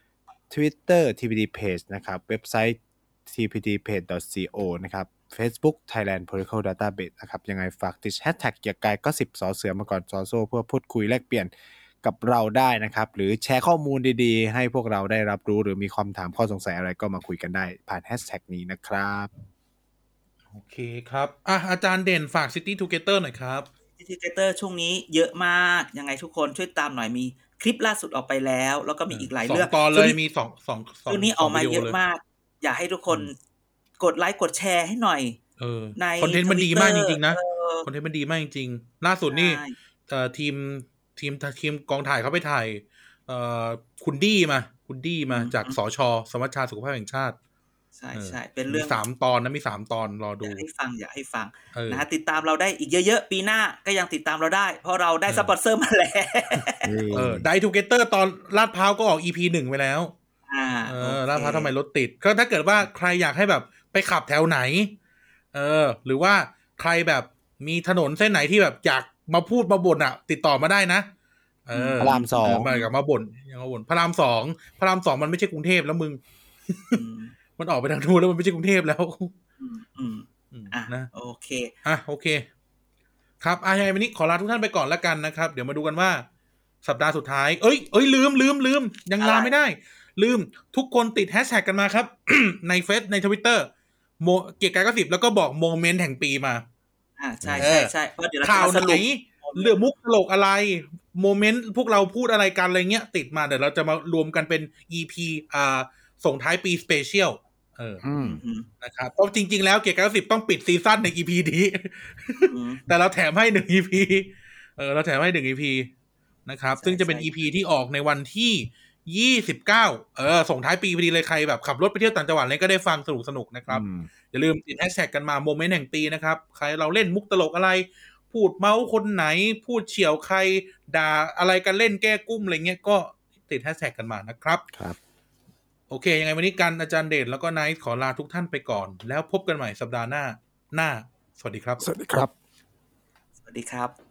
Twitter TVD Page นะครับเว็บไซต์ tvdpage.co นะครับ Facebook Thailand Political Database นะครับยังไงฝากติด hashtag เกี่ยวกับกายก็10สอเสือมาก่อนซอโซ่เพื่อพูดคุยแลกเปลี่ยนกับเราได้นะครับหรือแชร์ข้อมูลดีๆให้พวกเราได้รับรู้หรือมีคำถามข้อสงสัยอะไรก็มาคุยกันได้ผ่านแฮชแท็กนี้นะครับโอเคครับอาจารย์เด่นฝาก City Together หน่อยครับ City Together ช่วงนี้เยอะมากยังไงทุกคนช่วยตามหน่อยมีคลิปล่าสุดออกไปแล้วก็มีอีกหลายเรื่อง 2 ตอนเลยมี2 ช่วงนี้ออกมาเยอะมากอยากให้ทุกคนกดไลค์กดแชร์ให้หน่อยในคอนเทนต์มันดีมากจริงๆนะคอนเทนต์มันดีมากจริงๆล่าสุดนี่ทีมกองถ่ายเขาไปถ่ายคุณดี้มาจากสช.สมัชชาสุขภาพแห่งชาติใช่ๆเป็นเรื่อง 3 ตอนนะมี3 ตอนรอดูอยากให้ฟังนะติดตามเราได้อีกเยอะๆปีหน้าก็ยังติดตามเราได้เพราะเราได้สปอนเซอร์มาแล้ว Die Together ตอนลาดพร้าวก็ออก EP 1 ไปแล้วลาดพร้าวทำไมรถติดก็ถ้าเกิดว่าใครอยากให้แบบไปขับแถวไหนหรือว่าใครแบบมีถนนเส้นไหนที่แบบอยากมาพูดมาบ่นติดต่อมาได้นะพระราม2 มากับมาบ่นยังมาบ่นพระราม2มันไม่ใช่กรุงเทพแล้วมึงมันออกไปทางนู้นแล้วมันไม่ใช่กรุงเทพแล้วนะโอเคครับยังไงวันนี้ขอลาทุกท่านไปก่อนแล้วกันนะครับเดี๋ยวมาดูกันว่าสัปดาห์สุดท้ายลืมยังลาไม่ได้ลืมทุกคนติดแฮชแท็กกันมาครับ ในเฟซใน Twitter เกียรติกายก็10แล้วก็บอกโมเมนต์แห่งปีมาใช่เพราะเดี๋ยวเราข่าวไหนเรื่องมุกตลกอะไรโมเมนต์พวกเราพูดอะไรกันอะไรเงี้ยติดมาเดี๋ยวเราจะมารวมกันเป็น EP ส่งท้ายปีสเปเชียลนะครับเพราะจริงๆแล้วเกียรติกายก็10ต้องปิดซีซั่นใน EP นี้แต่เราแถมให้1 EP เราแถมให้1 EP นะครับซึ่งจะเป็น EP ที่ออกในวันที่ 29ส่งท้ายปีพอดีเลยใครแบบขับรถไปเที่ยวต่างจังหวัดเลยก็ได้ฟังสนุกๆนะครับอย่าลืมติดแฮชแท็กกันมาโมเมนต์แห่งปีนะครับใครเราเล่นมุกตลกอะไรพูดเมาส์คนไหนพูดเฉี่ยวใครด่าอะไรกันเล่นแก้กุ้มอะไรเงี้ยก็ติดแฮชแท็กกันมานะครับครับโอเคยังไงวันนี้กันอาจารย์เดชแล้วก็ไนท์ขอลาทุกท่านไปก่อนแล้วพบกันใหม่สัปดาห์หน้าสวัสดีครับสวัสดีครับสวัสดีครับ